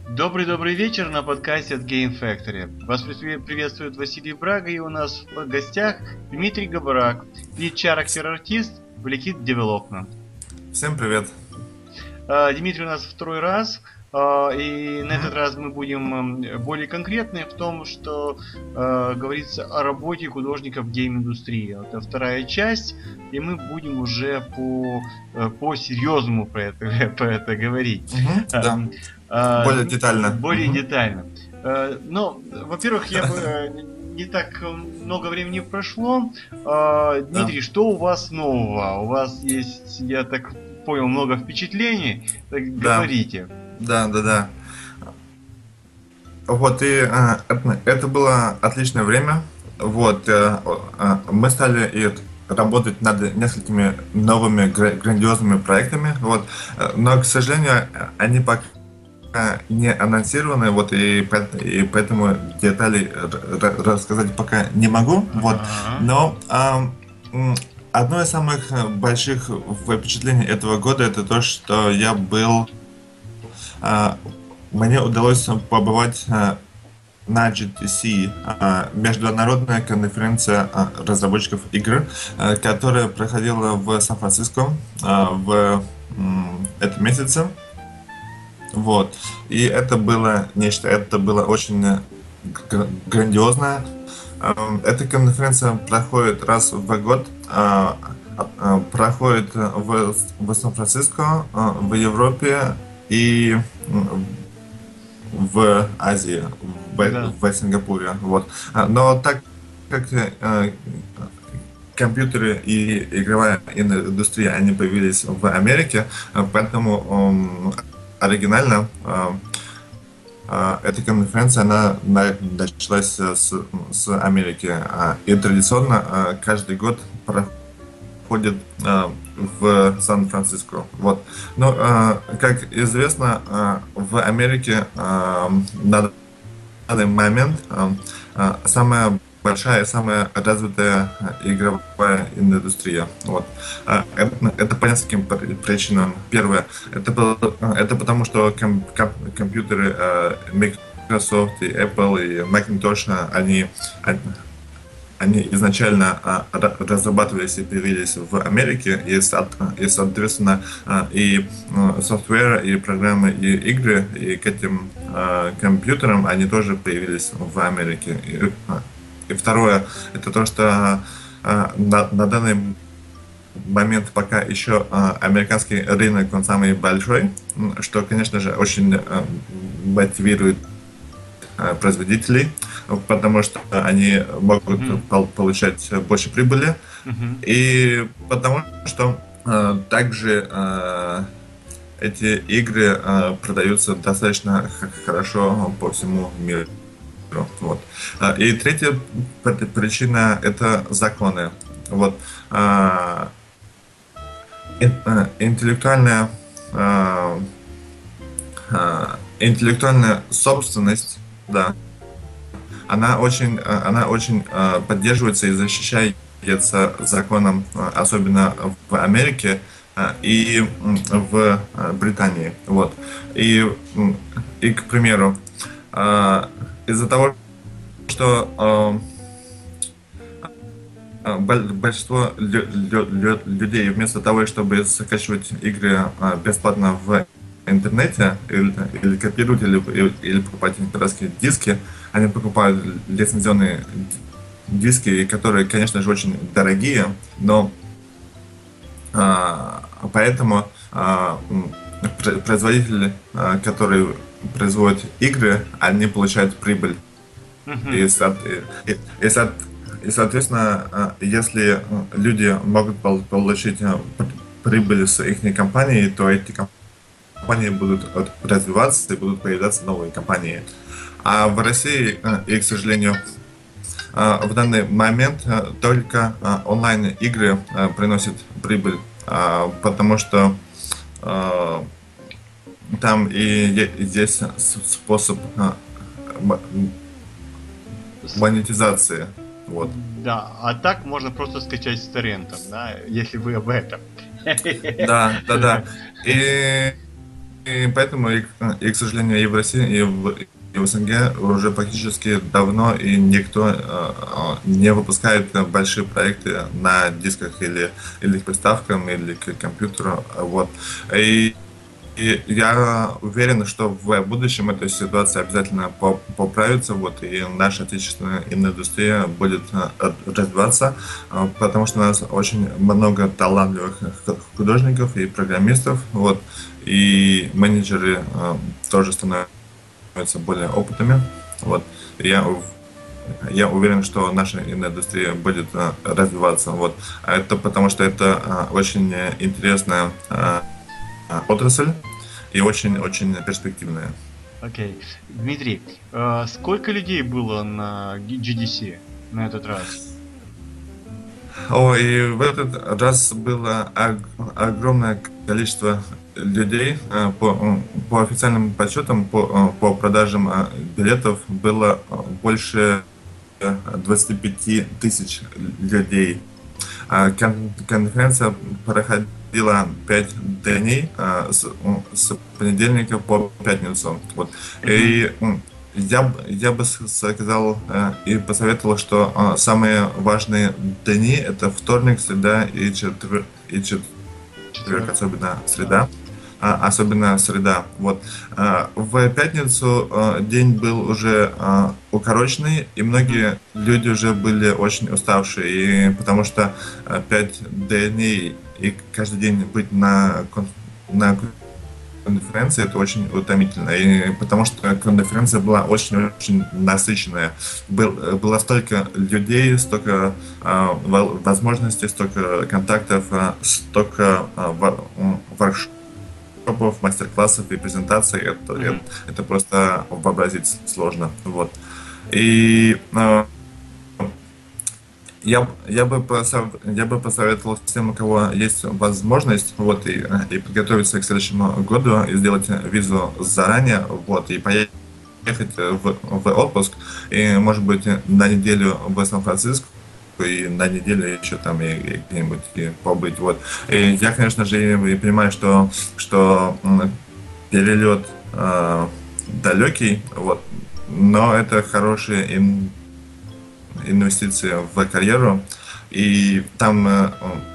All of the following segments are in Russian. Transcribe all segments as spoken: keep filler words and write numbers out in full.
Добрый-добрый вечер на подкасте от Game Factory. Вас при- приветствует Василий Брага, и у нас в гостях Дмитрий Габарак, lead character артист в Liquid Development. Всем привет. А, Дмитрий у нас второй раз, а, и на этот Мгм. раз мы будем м, более конкретны в том, что а, говорится о работе художника в гейм-индустрии. Это вторая часть, и мы будем уже по, э, по серьезному про это, про это говорить. Мгм, А, да, а, более Дм- детально. Более Мгм. детально. Э, Но, во-первых, я бы э, не так э, много времени прошло. А, Да, Дмитрий, что у вас нового? У вас есть, я так понял, много впечатлений. Так да, говорите. да, да, да. Вот, и а, это, это было отличное время. Вот, э, а, мы стали и работать над несколькими новыми гра- грандиозными проектами. Вот, э, но, к сожалению, они пока не анонсированы, вот, и, поэт- и поэтому деталей р- р- рассказать пока не могу. Вот, Ага. но ам, м, одно из самых э, больших впечатлений этого года это то, что я был, а, мне удалось побывать а, на джи ти си, а, международная конференция а, разработчиков игр, а, которая проходила в Сан-Франциско а, в м, этом месяце. Вот. И это было нечто, это было очень э, гр- грандиозно. Эм, Эта конференция проходит раз в год, а, а, а, проходит в, в Сан-Франциско, а, в Европе и м, в Азии, в, Да. в Сингапуре. Вот. А, Но так как э, компьютеры и игровая индустрия, они появились в Америке, э, поэтому м, оригинально э, а, эта конференция, она на- началась э, с, с Америки. А, И традиционно а, каждый год проходит а, в Сан-Франциско. Вот. Но, а, как известно, а, в Америке а, на данный момент а, а, самая большая, самая развитая а, игровая индустрия. Вот. А, Это, это по нескольким при- причинам. Первое, это, по- это потому, что ком- ком- компьютеры а, Microsoft и Apple и Macintosh, а, они, они они изначально а, ра- разрабатывались и появились в Америке, и, со- и, соответственно, а, и а, софтвер, и программы, и игры, и к этим а, компьютерам они тоже появились в Америке. И, а, и второе, это то, что а, на, на данный момент пока еще а, американский рынок, он самый большой, м, что, конечно же, очень а, мотивирует э, производителей, потому что они могут Мгм. пол- получать больше прибыли, Мгм. и потому что э, также э, эти игры э, продаются достаточно х- хорошо по всему миру. Вот. А, И третья п- причина это законы. Вот. А, ин- э, Интеллектуальная а, а, интеллектуальная собственность, да, она очень, э, она очень э, поддерживается и защищается законом, э, особенно в Америке э, и м, в э, Британии. Вот. И, м, и к примеру, э, из-за того, что э, э, боль- большинство лю- лю- лю- людей вместо того, чтобы скачивать игры э, бесплатно в интернете или, или копировать, или, или, или покупать пиратские диски, они покупают лицензионные диски, которые, конечно же, очень дорогие, но а, поэтому а, м, пр- производители, а, которые производят игры, они получают прибыль. И, Мгм. со- и, и- и со- и, соответственно, а, если а, люди могут пол- получить а, пр- прибыль с их компании, то эти компании будут от- развиваться и будут появляться новые компании. А в России, а, и, к сожалению, А, в данный момент а, только а, онлайн-игры а, приносят прибыль, а, потому что а, там и е- и здесь с- способ а, м- С- монетизации. Вот. Да, а так можно просто скачать с торрентом, да, если вы об этом. Да, да, да. И и поэтому, и, и, к сожалению, и в России, и в, и в СНГ уже практически давно и никто э, э, не выпускает большие проекты на дисках или, или к приставкам, или к компьютеру. Вот. И, и я уверен, что в будущем эта ситуация обязательно поправится, вот, и наша отечественная индустрия будет развиваться, потому что у нас очень много талантливых художников и программистов, вот, и менеджеры тоже становятся более опытными. Вот. Я, я уверен, что наша индустрия будет развиваться. Вот. Это потому что это очень интересная отрасль и очень-очень перспективная. Окей. Okay. Дмитрий, э, сколько людей было на джи ди си на этот раз? О, и в этот раз было огромное количество людей. По, по официальным подсчетам, по, по продажам билетов было больше двадцати пяти тысяч людей. Конференция проходила пять дней с, с понедельника по пятницу. Вот. И я, я бы сказал и посоветовал, что самые важные дни это вторник, среда и четверг, и четверг, особенно среда. Особенно среда. Вот. В пятницу день был уже укороченный, и многие люди уже были очень уставшие, и потому что пять дней и каждый день быть на, на конференции это очень утомительно, и потому что конференция была очень-очень насыщенная. Был, было столько людей, столько возможностей, столько контактов, столько воркшопов, мастер-классов и презентаций, это, mm-hmm. это, это просто вообразить сложно. Вот. И э, я, я, бы посов, я бы посоветовал всем, у кого есть возможность, вот, и, и подготовиться к следующему году, и сделать визу заранее, вот, и поехать в, в отпуск, и, может быть, на неделю в Сан-Франциско, и на неделю еще там и, и где-нибудь и побыть. Вот. И я, конечно же, и понимаю, что, что перелет э, далекий, вот, но это хорошая ин, инвестиция в карьеру. И там э,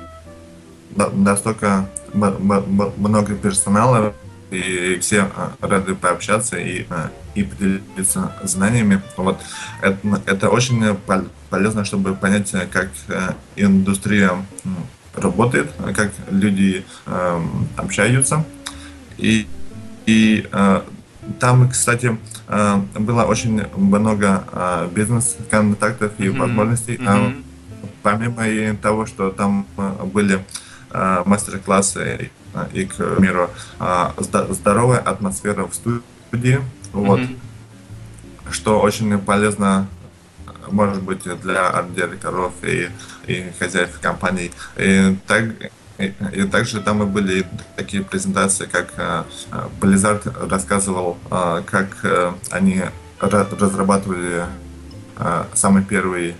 настолько много персонала, и все рады пообщаться и, и поделиться знаниями. Вот. Это, это очень полезно, чтобы понять, как индустрия работает, как люди э, общаются. И, и э, там, кстати, э, было очень много э, бизнес-контактов и mm-hmm. возможностей. Mm-hmm. Помимо того, что там были э, мастер-классы и, к примеру, здоровая атмосфера в студии, вот, mm-hmm. что очень полезно, может быть, для арт-директоров и, и хозяев компаний. И, так, и, и также там и были такие презентации, как Blizzard рассказывал, как они разрабатывали самый первый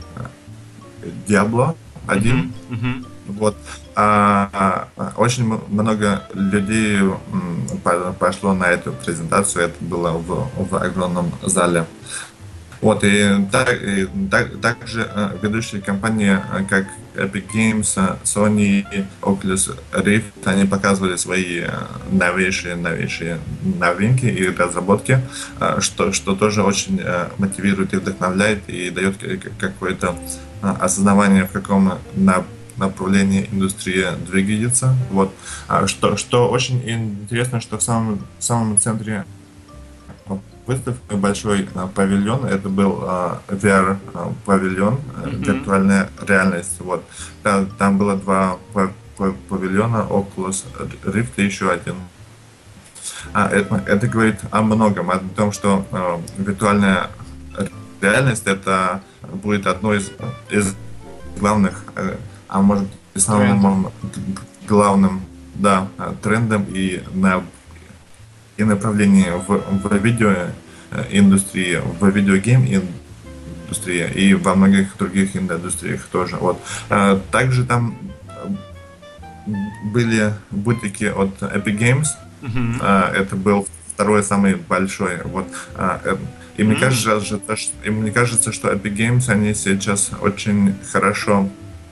Diablo один. Mm-hmm. Mm-hmm. Вот. А, а, очень много людей пошло на эту презентацию, это было в, в огромном зале. Вот, и, так, и так, также ведущие компании, как Epic Games, Sony, Oculus Rift, они показывали свои новейшие, новейшие новинки и разработки, что, что тоже очень мотивирует и вдохновляет, и дает какое-то осознавание, в каком на направлении индустрия двигается. Вот. Что, что очень интересно, что в самом, в самом центре выставки большой павильон, это был ви ар-павильон, mm-hmm. виртуальная реальность. Вот. Там, там было два павильона, Oculus Rift и еще один. А, это, это говорит о многом, о том, что э, виртуальная реальность это будет одной из, из главных, э, а может быть самым главным, да, трендом и, на, и направлением в, в видеоиндустрии, в видеогейм индустрии и во многих других индустриях тоже. Вот. Также там были бутики от Epic Games, Мгм. А, это был второй самый большой. Вот. А, э, и мне М, кажется, что, и мне кажется, что Epic Games, они сейчас очень хорошо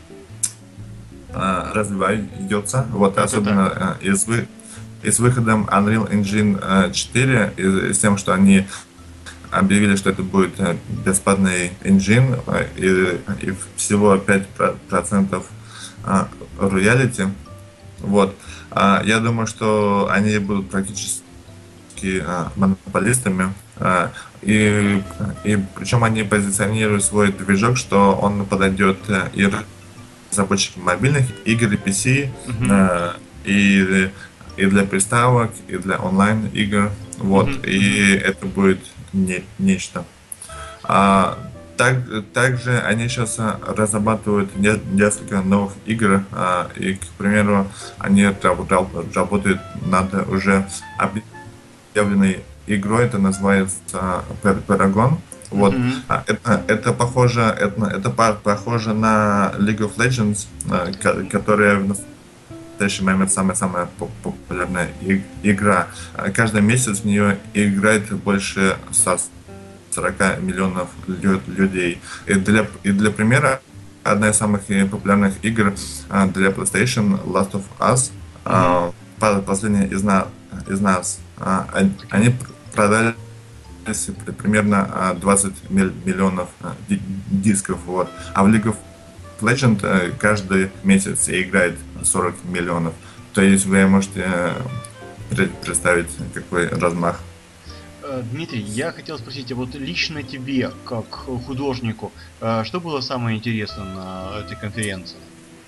а, развиваются. Вот, это так. особенно а, и с, вы, и с выходом Unreal Engine а, четыре, и, и с тем, что они объявили, что это будет а, бесплатный engine, а, и, и всего пять процентов а, роялити. Вот. А, я думаю, что они будут практически а, монополистами. А, и, и причем они позиционируют свой движок, что он подойдет а, и разработчикам мобильных игр, и пи си, Мгм. а, и, и для приставок, и для онлайн игр. Вот. Мгм. Мгм. И это будет не, нечто. А, так, также они сейчас а, разрабатывают не- несколько новых игр, а, и, к примеру, они раб- раб- работают над уже объявленной игрой, это называется Пар- Paragon. Вот. Мгм. А, Это, это похоже, это, это па- похоже на League of Legends, а, ко- которая в настоящий момент самая-самая поп- популярная и- игра. А Каждый месяц в нее играет больше ста сорока миллионов лю- людей. И для, и для примера, одна из самых э, популярных игр а, для PlayStation, Last of Us, Мгм. а, по- последняя из, на- из нас, а, он- Окей. они пр- продали при- примерно а, двадцать миль- миллионов а, ди- дисков. Вот. А в League of Legends э, каждый месяц играет сорок миллионов. То есть вы можете э, пред- представить, какой размах. Э, Дмитрий, я хотел спросить, а вот лично тебе, как художнику, э, что было самое интересное на этой конференции?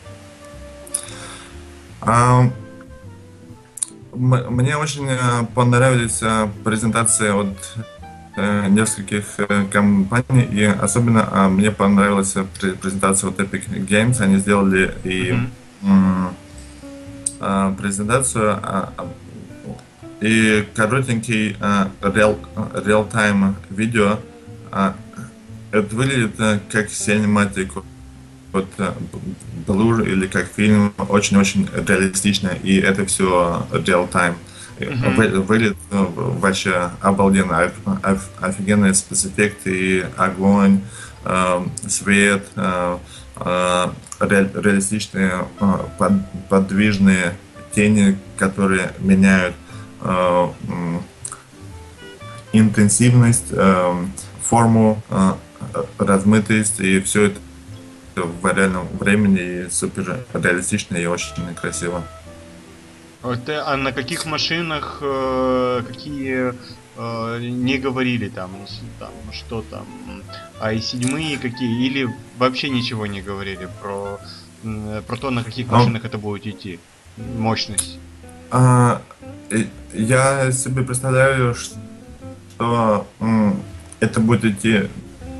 А, м- Мне очень э, понравились э, презентации от э, нескольких э, компаний, и особенно э, мне понравилась э, пре- презентация от Epic Games. Они сделали и Мгм. м, э, презентацию а, а, и коротенький э, реал, реал-тайм видео. А, Это выглядит э, как cinematic, вот э, Blur или как фильм, очень-очень реалистично, и это все real-time. И Мгм. вы- Выглядит э, вообще обалденно, оф- оф- офигенные спецэффекты, огонь, э, свет, э, э, ре- реалистичные э, под- подвижные тени, которые меняют э, м, интенсивность, э, форму, э, размытость, и все это в реальном времени и супер реалистично и очень красиво. Вот, э, а на каких машинах, э, какие э, не говорили там, с- там, что там, м, а и седьмые какие, или вообще ничего не говорили про, м, про то, на каких А, машинах это будет идти, мощность. а, и я себе представляю, что м, это будет идти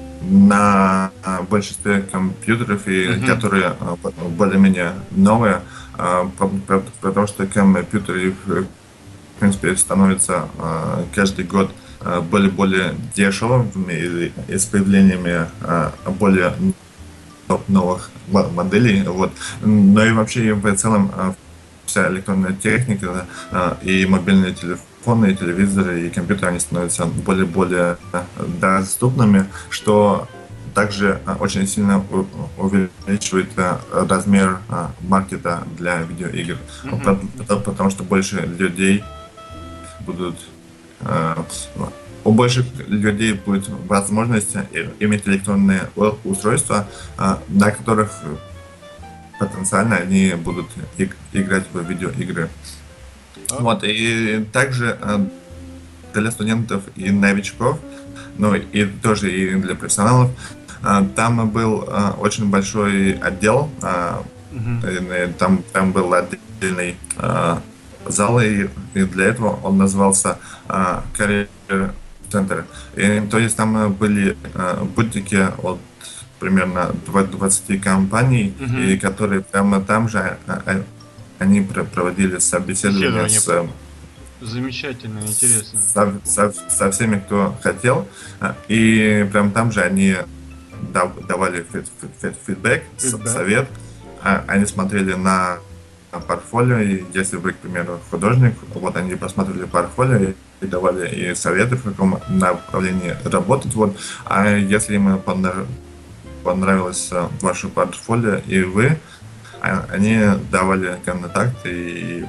на а, большинстве компьютеров, и Мгм. которые а, б- более-менее новые, а, по- по- потому что компьютеры в принципе становятся а, каждый год а, более-более дешевыми, и, и с появлениями а, более топ новых мо- моделей. Вот. Но и вообще и в целом а, вся электронная техника, а, и мобильные телефоны, и телевизоры, и компьютеры, они становятся более-более а, доступными, что также а, очень сильно у- увеличивает а, размер а, маркета для видеоигр. Ну, Мгм. по- потому потому что больше людей будут э, у больших людей будет возможность и- иметь электронные у- устройства, э, на которых потенциально они будут иг- играть в видеоигры. А, Вот, и также э, для студентов и новичков, ну и тоже и для профессионалов, э, там был э, очень большой отдел, э, мгм. и там, там был отдельный э, зал, и, и для этого он назывался э, Career Center. И, то есть там э, были э, бутики от примерно два- двадцати компаний, Мгм. и которые прямо там же э, э, они пр- проводили собеседование Исследование. с, э, Замечательно, интересно. со, со- со всеми, кто хотел, э, и прям там же они дав- давали фид- фид- фидбэк, с- Фидбэк. совет. А, Они смотрели на портфолио, и если вы, к примеру, художник, вот они посмотрели портфолио и давали и советы, в каком направлении работать, вот, а если им понравилось ваше портфолио и вы, они давали контакты и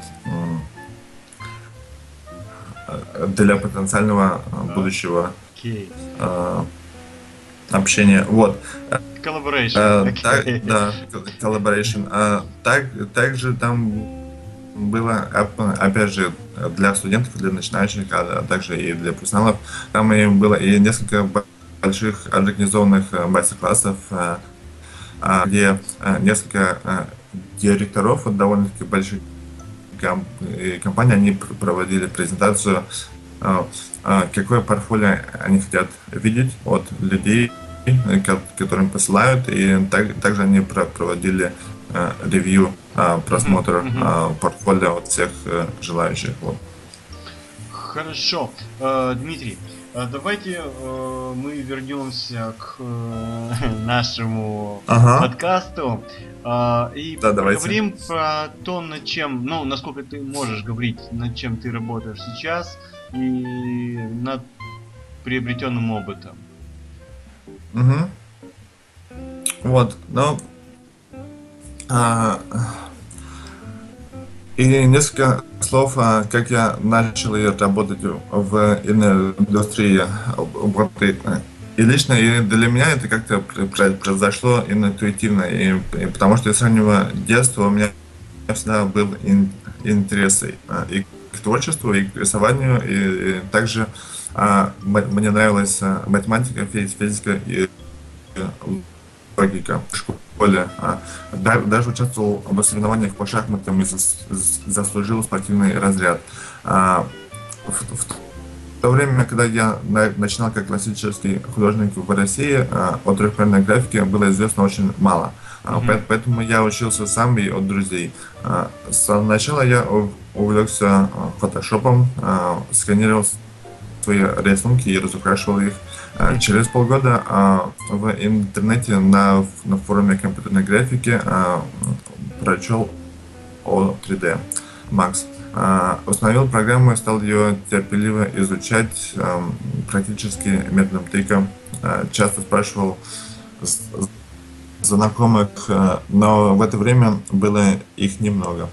для потенциального будущего okay. общения, вот. Collaboration. Uh, okay. так, да, collaboration. Uh, так, также там было, опять же, для студентов, для начинающих, а также и для профессионалов, там и было и несколько больших организованных мастер-классов, где несколько директоров от довольно-таки больших компаний, они проводили презентацию, какое портфолио они хотят видеть от людей, которым посылают, и так, также они проводили э, ревью, э, просмотр э, портфолио от всех э, желающих. Вот. Хорошо. Э, Дмитрий, давайте э, мы вернемся к э, нашему ага. подкасту э, и да, поговорим давайте. Про то, над чем, ну, насколько ты можешь говорить, над чем ты работаешь сейчас и над приобретенным опытом. Угу. Вот, ну, а, и несколько слов, а, как я начал работать в индустрии. Вот, и, и лично и для меня это как-то произошло интуитивно, и, и потому что с раннего детства у меня всегда был ин, интерес и к творчеству, и к рисованию, и, и также А, мне нравилась математика, физика и логика в школе. А, даже участвовал в соревнованиях по шахматам и заслужил спортивный разряд. А, в, в то время, когда я начинал как классический художник в России, о трехмерной графике было известно очень мало. Mm-hmm. Поэтому я учился сам и от друзей. Сначала я увлекся фотошопом, сканировал свои рисунки и разукрашивал их. Mm-hmm. Через полгода а, в интернете на, на форуме компьютерной графики а, прочел о три дэ Max. А, установил программу и стал ее терпеливо изучать а, практически методом тыка. А, часто спрашивал знакомых, а, но в это время было их немного.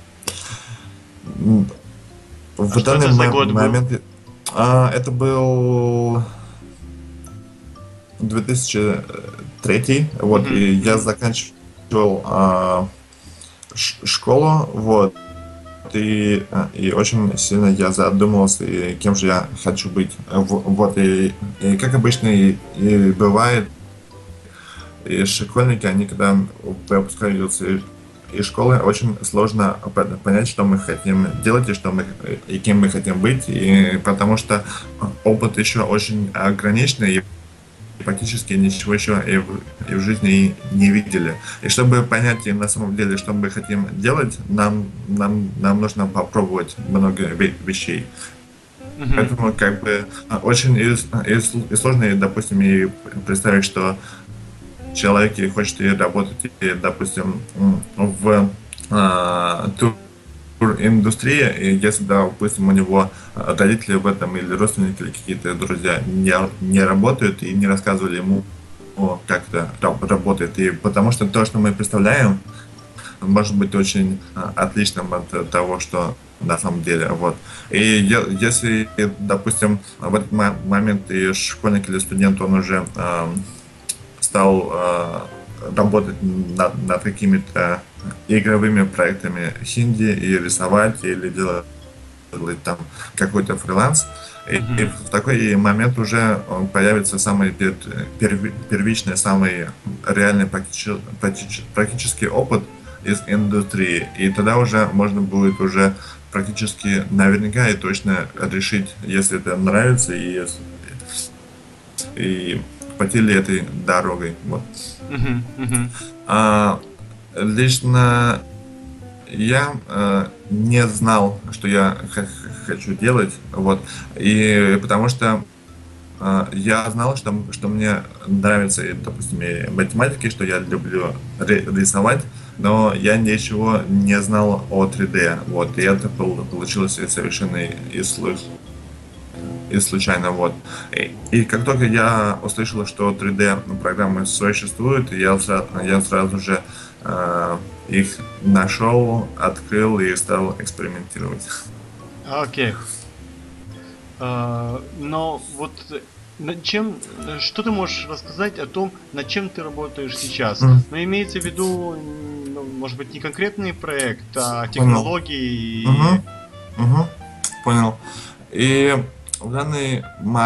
В а данный что это за год момент был? А, это был две тысячи третий, вот, mm-hmm. и я заканчивал а, школу, вот, и, и очень сильно я задумывался, и кем же я хочу быть, вот, и, и как обычно и, и бывает, и школьники, они когда выпускаются из школы, очень сложно понять, что мы хотим делать и что мы и кем мы хотим быть, и потому что опыт еще очень ограниченный, и практически ничего еще и в, и в жизни не видели. И чтобы понять и на самом деле, что мы хотим делать, нам нам нам нужно попробовать много вещей. Mm-hmm. Поэтому как бы очень и, и, и сложно, допустим, и представить, что человек хочет и работать, и, допустим, в а, тур-индустрии, и если, допустим, у него родители в этом или родственники, или какие-то друзья не, не работают и не рассказывали ему, как это работает. И потому что то, что мы представляем, может быть очень отличным от того, что на самом деле. Вот. И если, допустим, в этот момент и школьник или студент, он уже стал э, работать над, над какими-то игровыми проектами хинди и рисовать или делать, делать там какой-то фриланс. И, mm-hmm. и в такой момент уже появится самый пер, пер, первичный, самый реальный практически, практический опыт из индустрии. И тогда уже можно будет уже практически наверняка и точно решить, если это нравится и, и пойти ли этой дорогой. Вот. Uh-huh, uh-huh. А, лично я а, не знал, что я х- хочу делать, вот, и потому что а, я знал, что, что мне нравится, допустим, и математика, что я люблю рисовать, но я ничего не знал о три дэ. Вот, и это получилось совершенно из случая. И случайно, вот. И, и как только я услышал, что три дэ программы существуют, я сразу, я сразу же э, их нашел, открыл и стал экспериментировать. Окей. А, но вот над чем, что ты можешь рассказать о том, над чем ты работаешь сейчас? Mm. Но имеется в виду, ну, может быть, не конкретный проект, а технологии. Понял. Угу. Угу. Понял. И в данный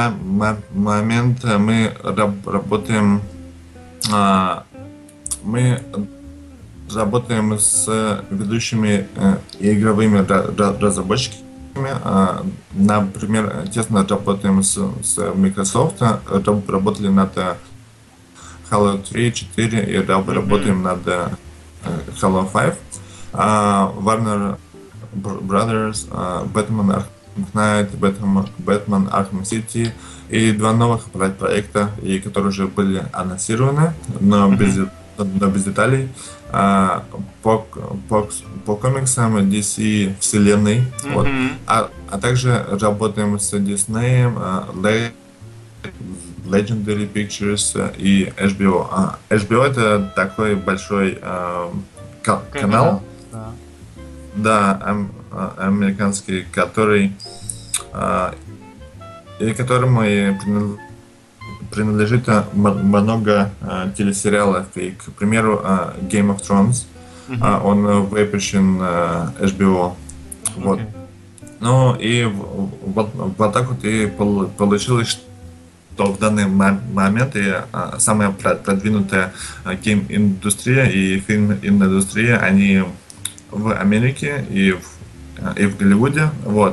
момент мы раб работаем, а, мы работаем с ведущими э, игровыми разработчиками. А, например, тесно работаем с, с Microsoft, работали над Halo три, четыре и работаем над Halo пять. А, Warner Brothers, Batman Arkham Knight, Batman, Batman Arkham City и два новых проекта, и которые уже были анонсированы, но без, но без деталей. А, по, по, по комиксам ди си вселенной, mm-hmm. вот. а, а также работаем с Disney, uh, Legendary Pictures и эйч би о. А, эйч би о это такой большой uh, канал, канал. Да. Да, ам, американский, который а, и которому и принадлежит много а, телесериалов. И, к примеру, а, Game of Thrones, uh-huh. а, он выпущен а, эйч би о. Вот. Okay. Ну и вот, вот так вот и получилось, что в данный момент и, а, самая продвинутая гейм-индустрия и фильм-индустрия, они в Америке и в, и в Голливуде, вот.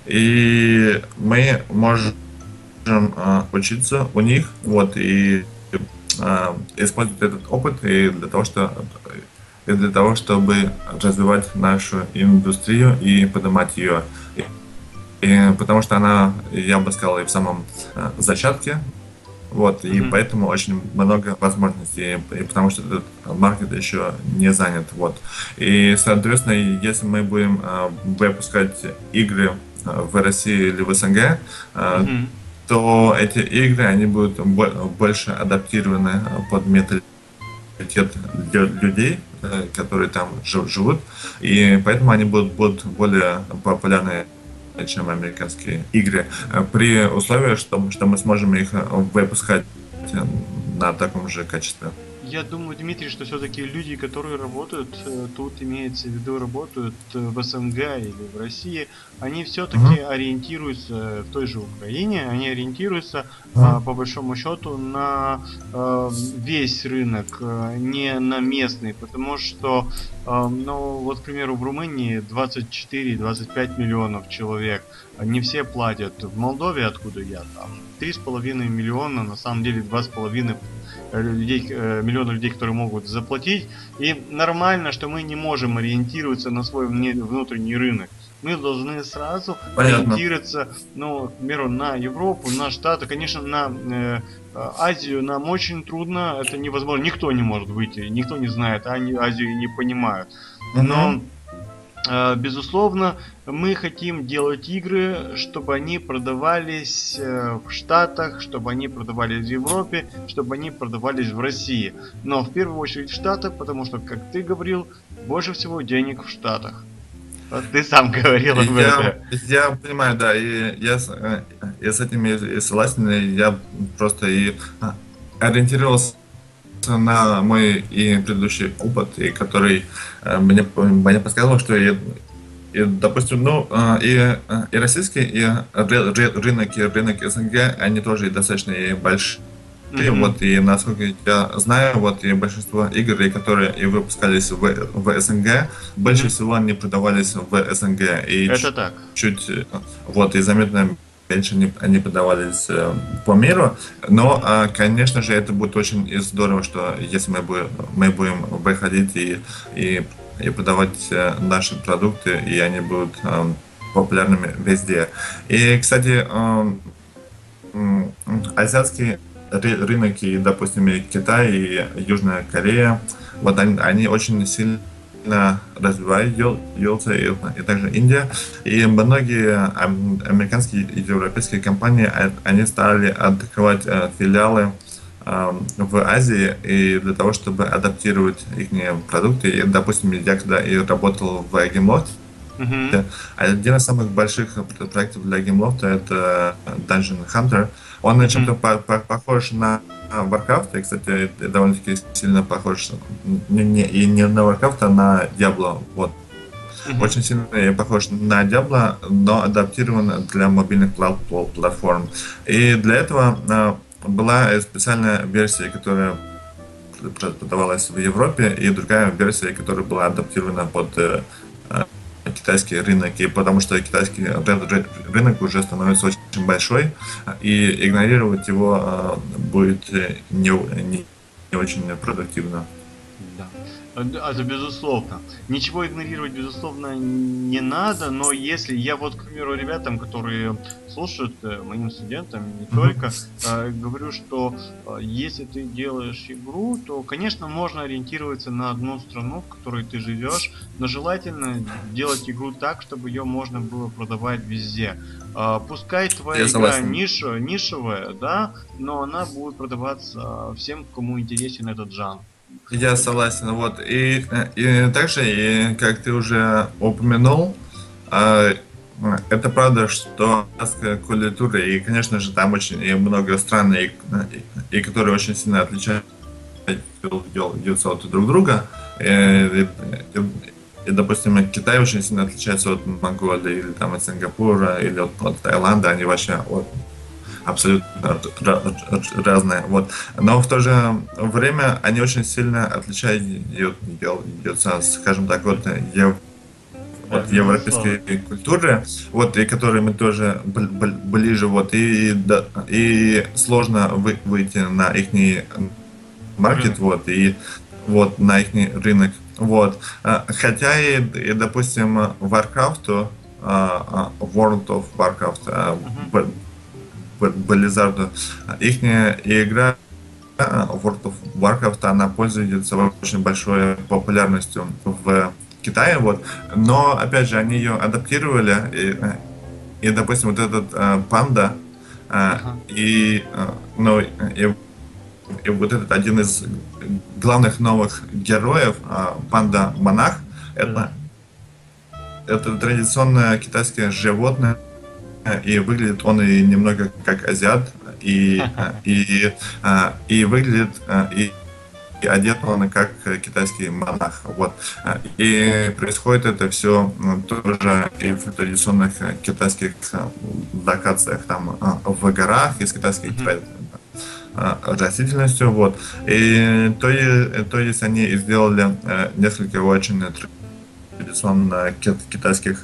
И мы можем а, учиться у них, вот, и а, использовать этот опыт и для того, что, и для того, чтобы развивать нашу индустрию и поднимать ее. И, и, потому что она, я бы сказал, и в самом а, зачатке. Вот, mm-hmm. и поэтому очень много возможностей, и потому что этот маркет еще не занят, вот. И, соответственно, если мы будем э, выпускать игры э, в России или в СНГ, э, mm-hmm. то эти игры, они будут больше адаптированы под менталитет людей, э, которые там живут, и поэтому они будут, будут более популярны, чем американские игры, при условии, что, что мы сможем их выпускать на таком же качестве. Я думаю, Дмитрий, что все-таки люди, которые работают тут, имеется в виду, работают в СНГ или в России, они все-таки uh-huh. ориентируются в той же Украине, они ориентируются uh-huh. а, по большому счету на а, весь рынок, а, не на местный, потому что, а, ну вот, к примеру, в Румынии двадцать четыре - двадцать пять миллионов человек, не все платят. В Молдове, откуда я, там три с половиной миллиона, на самом деле два с половиной людей, миллиона людей, которые могут заплатить. И нормально, что мы не можем ориентироваться на свой внутренний рынок. Мы должны сразу Понятно. ориентироваться, ну, к примеру, на Европу, на Штаты, конечно, на э, Азию нам очень трудно, это невозможно, никто не может выйти, никто не знает, они Азию не понимают. Но безусловно, мы хотим делать игры, чтобы они продавались в Штатах, чтобы они продавались в Европе, чтобы они продавались в России. Но в первую очередь в Штатах, потому что, как ты говорил, больше всего денег в Штатах. Вот ты сам говорил об этом. Я понимаю, да, и я, я с этим и согласен, я просто и ориентировался на мой и предыдущий опыт, и который э, мне, мне подсказывал, что и, и допустим, ну, э, и, и российский, и рынок, и рынок СНГ, они тоже достаточно и большие. Mm-hmm. Вот, и насколько я знаю, вот, и большинство игр, которые и выпускались в, в СНГ, mm-hmm. больше всего они продавались в СНГ. И Это чуть, так. Чуть, вот, и заметно меньше они, они продавались э, по миру, но, э, конечно же, это будет очень здорово, что если мы будем, мы будем выходить и, и, и продавать э, наши продукты, и они будут э, популярными везде. И, кстати, э, э, азиатский рынок, и, допустим, и Китай, и Южная Корея, Вот они, они очень сильно развиваются, и, и также Индия. И многие американские и европейские компании, они стали открывать филиалы в Азии и для того, чтобы адаптировать их продукты. И, допустим, я когда и работал в Gameloft, uh-huh. один из самых больших проектов для Gameloft это Dungeon Hunter. Он uh-huh. чем-то по- по- похож на Warcraft, и, кстати, довольно-таки сильно похож не, не, и не на Warcraft, а на Diablo. Вот. Uh-huh. Очень сильно похож на Diablo, но адаптирован для мобильных платформ. И для этого была специальная версия, которая продавалась в Европе, и другая версия, которая была адаптирована под э, китайский рынок, и потому что китайский рынок уже становится очень большой, и игнорировать его э, будет не, не, не очень продуктивно. Да. Это безусловно. Ничего игнорировать, безусловно, не надо, но если я вот, к примеру, ребятам, которые слушают, моим студентам, не только, э, говорю, что э, если ты делаешь игру, то, конечно, можно ориентироваться на одну страну, в которой ты живешь, но желательно делать игру так, чтобы ее можно было продавать везде. Э, пускай твоя Я игра ниш, нишевая, да, но она будет продаваться всем, кому интересен этот жанр. Я согласен, вот, и, и также, и, как ты уже упомянул, это правда, что азиатская культура, и, конечно же, там очень и много стран, и, и, и которые очень сильно отличаются от друг друга, и, и, и, допустим, Китай очень сильно отличается от Монголии, или там от Сингапура, или от, от Таиланда, они вообще от абсолютно разные, вот. Но в то же время они очень сильно отличаются, скажем так, от, ев... от европейской культуры, вот, и которые мы тоже ближе, вот, и, да, и сложно вы, выйти на их маркет, вот, и вот, на их рынок, вот. Хотя и, и допустим, Warcraft, World of Warcraft, uh-huh. Blizzard, их игра World of Warcraft, она пользуется очень большой популярностью в Китае, вот. Но опять же они ее адаптировали, и, и допустим, вот этот uh, панда, uh, uh-huh. и, uh, ну, и, и вот этот один из главных новых героев, uh, панда-монах, uh-huh. это, это традиционное китайское животное. И выглядит он и немного как азиат, и, и, и, и выглядит, и, и одет он как китайский монах. Вот. И происходит это все тоже и в традиционных китайских локациях, там в горах, из китайских растительностью. Вот. И то, и, то есть они сделали несколько очень традиционно китайских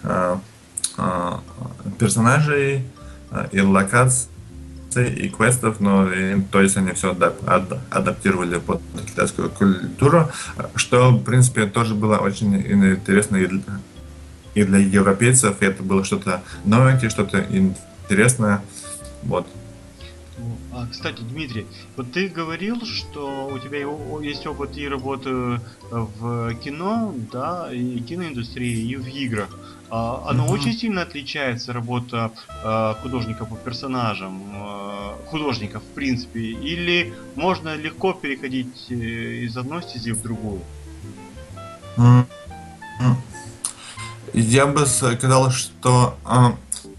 персонажей и локаций и квестов, но и, то есть они все адап- ад- адаптировали под китайскую культуру, что в принципе тоже было очень интересно и для, и для европейцев, и это было что-то новенькое, что-то интересное, вот. А, кстати, Дмитрий, вот ты говорил, что у тебя есть опыт и работы в кино, да, и киноиндустрии, и в играх. А, оно uh-huh. очень сильно отличается, работа а, художника по персонажам, а, художников в принципе, или можно легко переходить из одной стези в другую? Я бы сказал, что а,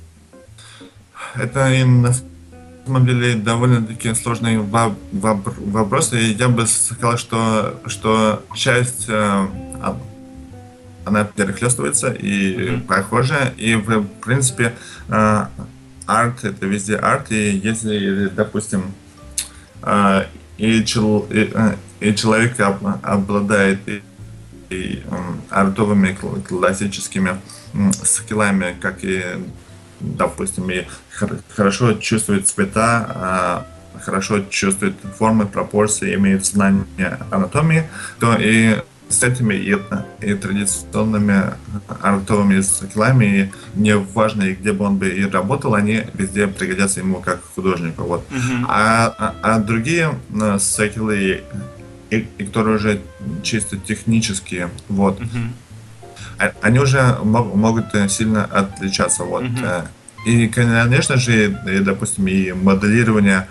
это именно на самом деле довольно-таки сложный вопрос, и я бы сказал, что, что часть э, она перехлестывается и mm-hmm. похожа, и в принципе э, арт это везде арт, и если, допустим, э, и, чел, и, и человек обладает и, и артовыми классическими скиллами, как и допустим, и хорошо чувствует цвета, хорошо чувствует формы, пропорции, имеет знание анатомии, то и с этими и, и традиционными артовыми скиллами, не важно, где бы он бы и работал, они везде пригодятся ему как художнику. Вот. Mm-hmm. А, а, а другие скиллы, и, и которые уже чисто технические, вот, Мгм. а- они уже мог- могут э, сильно отличаться, вот. Мгм. э. И, конечно же, и, допустим, и моделирование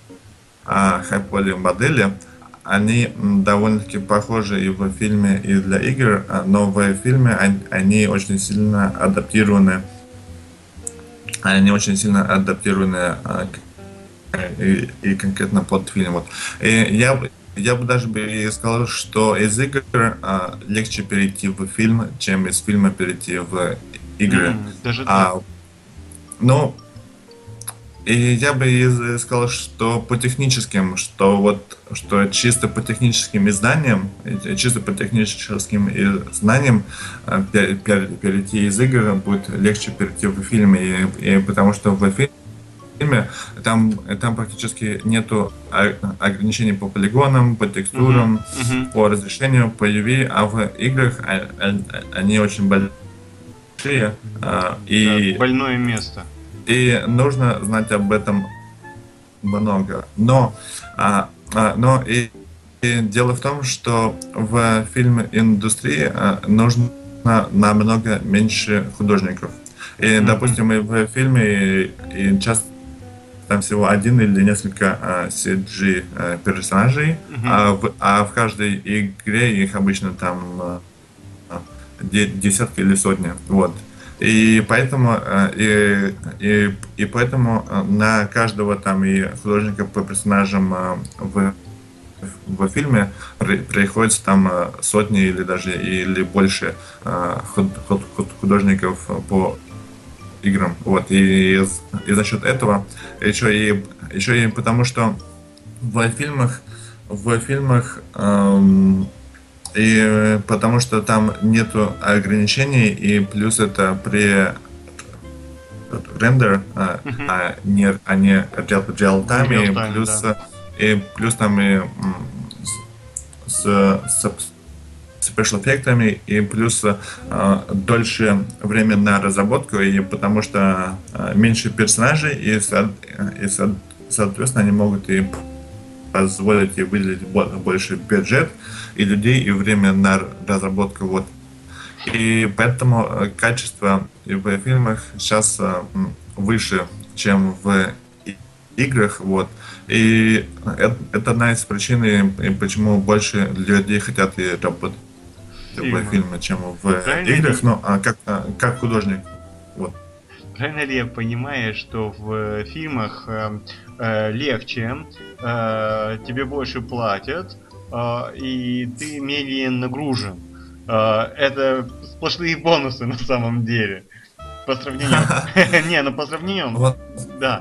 а хайп-поли модели, они м, довольно-таки похожи и в фильме, и для игр, а, но в фильме они, они очень сильно адаптированы, они очень сильно адаптированы а, к- и, и конкретно под фильм. Вот. И я, бы- я бы даже бы и сказал, что из игр а, легче перейти в фильм, чем из фильма перейти в игры. М, даже так. А, ну, И я бы и сказал, что по техническим, что вот, что чисто по техническим изданиям, э, чисто по техническим и знаниям э, пе- пе- перейти из игр будет легче перейти в фильм, и, и потому что в фильме там, там практически нету о- ограничений по полигонам, по Мгм. текстурам, Мгм. по разрешению, по ю ви, а в играх а- а- они очень большие, а, Да, и больное место. и нужно знать об этом много. Но, а, а, но и, и дело в том, что в фильм-индустрии а, нужно намного меньше художников. И, Мгм. допустим, и в фильме и, и часто там всего один или несколько а, си джи а, персонажей, Мгм. а в, а в каждой игре их обычно там а, де- десятки или сотни. Вот. И поэтому, э, и, и, и поэтому э, на каждого там и художника по персонажам э, в, в фильме при- приходится там э, сотни или даже или больше э, худ- худ- худ- художников по играм. Вот. И, и за счет этого еще и, еще и потому, что в фильмах в фильмах эм, и потому что там нету ограничений, и плюс это при рендер, а, Мгм. а не, а не реал, Не real реал-тайме, time, плюс, да. э, и плюс там и м, с, с, с special эффектами, и плюс э, дольше время на разработку, и потому что э, меньше персонажей, и, со- и со- соответственно они могут и позволить и выделить бо- больше бюджет и людей, и время на разработку. Вот. И поэтому э, качество и в фильмах сейчас э, м, выше, чем в и- играх. Вот. И это, это одна из причин, и, и почему больше людей хотят и работать в Фильмы. фильме, чем в Правильно играх, ли, но а как, а, как художник. Вот. правильно ли я понимаю, что в фильмах э, э, легче, э, тебе больше платят, э, и ты менее нагружен? Э, это сплошные бонусы на самом деле. По сравнению... Не, ну по сравнению... Вот. Да.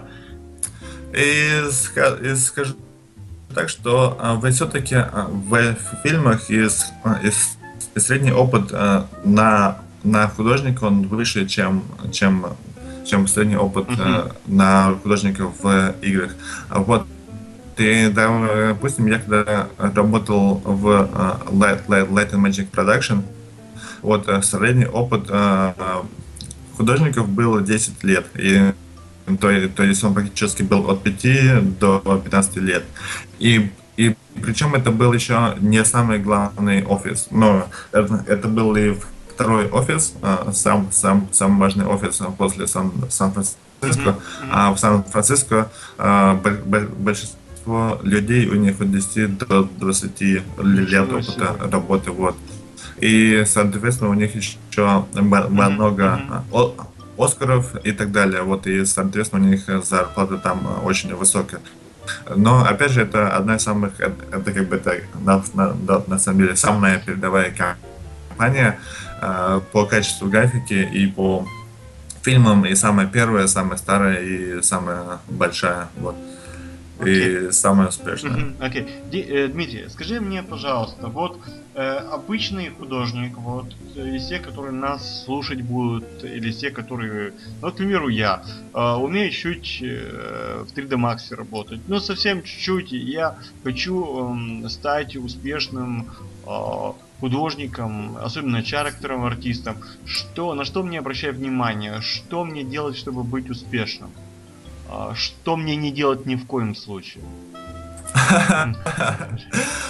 И, ска- и скажу так, что а, вы все-таки а, в фильмах и, с- а, и с- и средний опыт а, на, на художника он выше, чем, чем, чем средний опыт Мгм. а, на художника в играх. А Вот. И, да, допустим, я когда работал в а, Light, Light, Light and Magic Production, вот а, средний опыт а, а, художников было десять лет. И то, е- то есть он практически был от пяти до пятнадцати лет. И, и причем это был еще не самый главный офис, но это, это был и второй офис, а, сам, сам, самый важный офис а, после Сан, Сан-Франциско. Мгм. Мгм. А в Сан-Франциско а, бо- бо- большинство людей, у них от десяти до двадцати лет Ничего опыта себе. работы. Вот. И, соответственно, у них еще м- Мгм. много Мгм. а, о- Оскаров и так далее. Вот, и, соответственно, у них зарплата там а, очень высокая. Но, опять же, это одна из самых, это, это как бы это, на, на- на- на самом деле, самая передовая компания а, по качеству графики и по фильмам, и самая первая, самая старая и самая большая. Вот. Окей. И самая успешная. Мгм, окей. Ди- э, Дмитрий, скажи мне, пожалуйста, вот э, обычный художник, вот э, из тех, которые нас слушать будут, или из тех, которые, ну, к примеру, я, э, умею чуть э, в три дэ Max работать, ну, совсем чуть-чуть, и я хочу эм, стать успешным э, художником, особенно чарактером, артистом. Что, на что мне обращать внимание? Что мне делать, чтобы быть успешным? А, Что мне не делать ни в коем случае? М.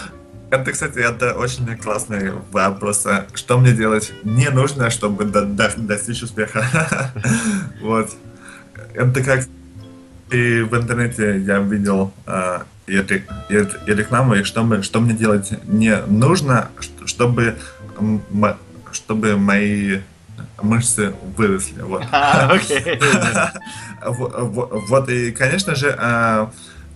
Это, кстати, это очень классный вопрос. А что мне делать не нужно, чтобы до- до- достичь успеха? Вот. Это как и в интернете я видел а, и, ре- и ре- и рекламу, и что, мы- что мне делать не нужно, ш- чтобы, м, м- чтобы мои мышцы выросли. Вот. А, окей, да. Во- во- Вот, и, конечно же, а,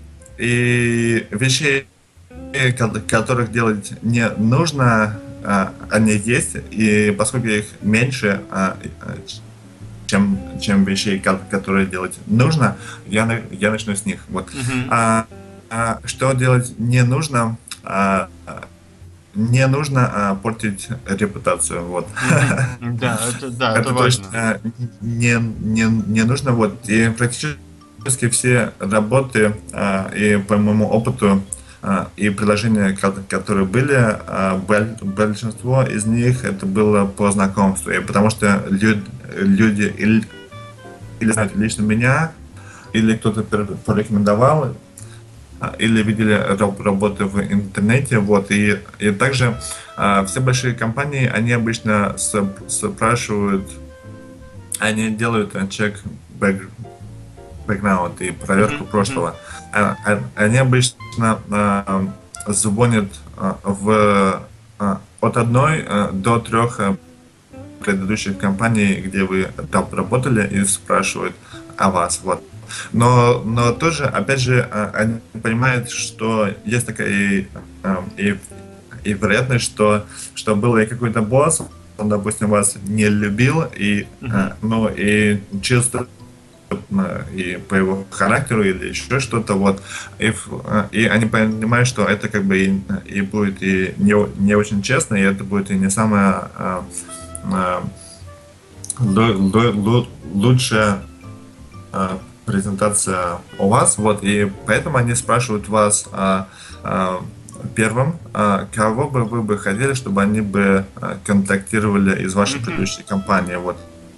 и вещей, ко- которых делать не нужно, а, они есть, и поскольку их меньше, а, а, чем, чем вещей, ко- которые делать нужно, я, на- я начну с них. Вот. Мгм. А, а что делать не нужно? А, не нужно а, портить репутацию. Вот. Мгм. Да, это да, это Это важно. точно не, не, не нужно. Вот. И практически все работы, а, и по моему опыту, а, и приложения, ко- которые были, а, боль- большинство из них это было по знакомству. И потому что лю- люди или, или знают лично меня, или кто-то пор- порекомендовал, а, или видели раб- работы в интернете, вот, и, и также а, все большие компании, они обычно сп- спрашивают, они делают э, чек бэк- бэкграунд и проверку Мгм, мгм. прошлого. А- а- Они обычно а, звонят а, в а, от одной а, до трех а, предыдущих компаний, где вы там работали, и спрашивают о вас. Вот. Но, но тоже, опять же, а, они понимают, что есть такая и, а, и, и вероятность, что, что был и какой-то босс, он, допустим, вас не любил, и, Мгм. а, ну, и чисто а, и по его характеру или еще что-то, вот, и, в- а, и они понимают, что это как бы и, и будет и не, о- не очень честно, и это будет и не самое а, а, лу- лу- лу- лучшая а, презентация у вас, вот, и поэтому они спрашивают вас а, а, первым, а, кого бы вы бы хотели, чтобы они бы а, контактировали из вашей Мгм. предыдущей компании, вот.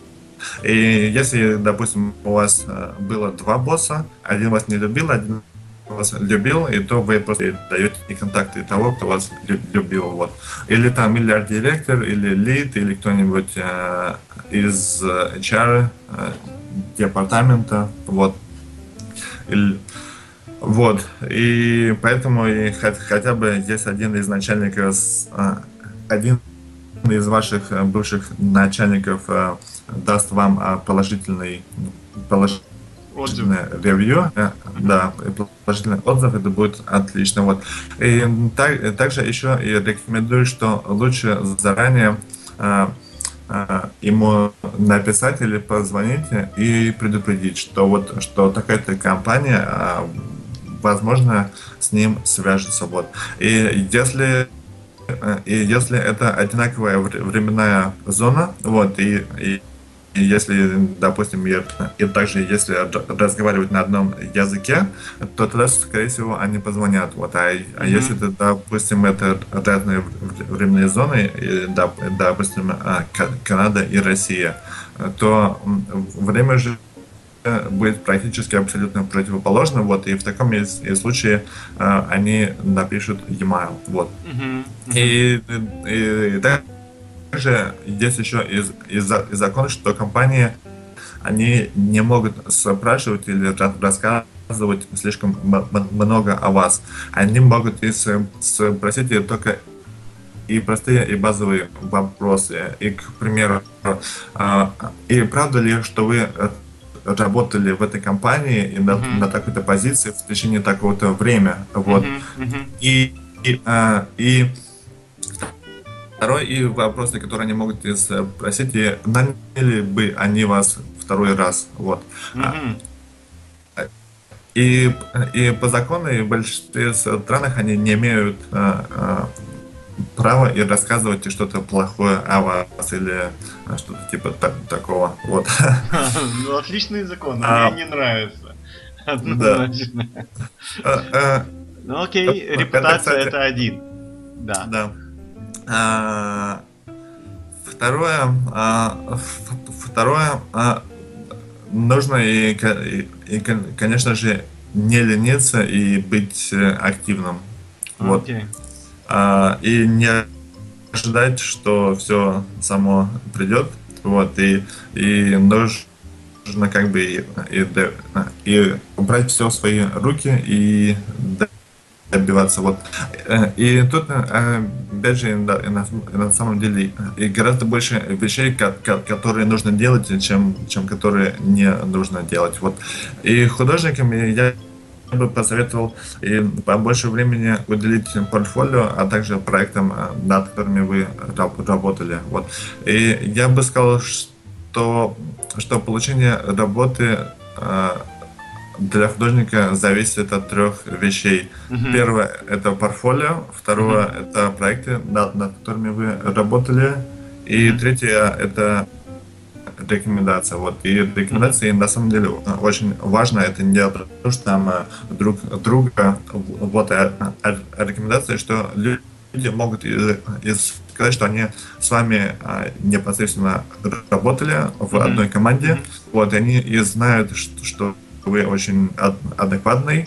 И если, допустим, у вас а, было два босса, один вас не любил, один вас любил, и то вы просто даете контакты того, кто вас лю- любил, вот. Или там, или арт-директор, или лид, или кто-нибудь а, из а, эйч ар а, департамента, вот. Или- вот, и поэтому и хот- хотя бы есть один из начальников, с- а, один из ваших а, бывших начальников а, даст вам а, положительный, Отзыв. положительное ревью, э, Мгм. да, и положительный отзыв, это будет отлично, вот. И так- также еще и рекомендую, что лучше заранее а, а, ему написать или позвонить и предупредить, что вот что такая-то компания, а, возможно, с ним свяжется, вот. И если э, и если это одинаковая вре- временная зона, вот, и, и, и если, допустим, и, и также если р- разговаривать на одном языке, то тогда, скорее всего, они позвонят, вот, а, а если, Мгм. это, допустим, это разные вре- временные зоны, и, доп- допустим, а, Ка- Канада и Россия, то м, время же будет практически абсолютно противоположно, вот, и в таком и, и случае а, они напишут e-mail, вот. Мгм. Мгм. И, и, и также есть еще и, и, за- и закон, что компании, они не могут спрашивать или ра- рассказывать слишком м- м- много о вас. Они могут и с- спросить только и простые, и базовые вопросы. И, к примеру, а, и правда ли, что вы э, работали в этой компании и на, Мгм. на такой-то позиции в течение такого-то времени, вот. Мгм. Мгм. И, и, а, и второй и вопросы, которые они могут и спросить, и наняли бы они вас второй раз, вот. А, Мгм. И, и по закону и в большинстве странах они не имеют а, а, права и рассказывать что-то плохое о вас или а, что-то типа та- такого, вот. Ну, отличный закон, но мне А, не нравится. да. Однозначно. А, а, Ну окей, это, репутация кстати, это один. Да. да. А, второе, а, ф- второе, а, нужно и, ко- и, и, кон- конечно же, не лениться и быть э, активным. Вот. Окей. и не ожидать, что все само придет, вот, и, и нужно как бы и, и, и брать все в свои руки и добиваться, вот. И тут, опять же, на, на самом деле, и гораздо больше вещей, которые нужно делать, чем, чем которые не нужно делать, вот. И художникам я Я бы посоветовал и побольше времени уделить портфолио, а также проектам, над которыми вы работали. Вот. И я бы сказал, что, что получение работы для художника зависит от трех вещей. Mm-hmm. Первое — это портфолио, второе mm-hmm. — это проекты, над, над которыми вы работали, и mm-hmm. третье — это рекомендация. Вот. И рекомендации на самом деле очень важно. Это не то, что там друг друга. Вот. А, а рекомендация, что люди могут сказать, что они с вами непосредственно работали в одной команде. Mm-hmm. Вот. И они и знают, что, что вы очень адекватный,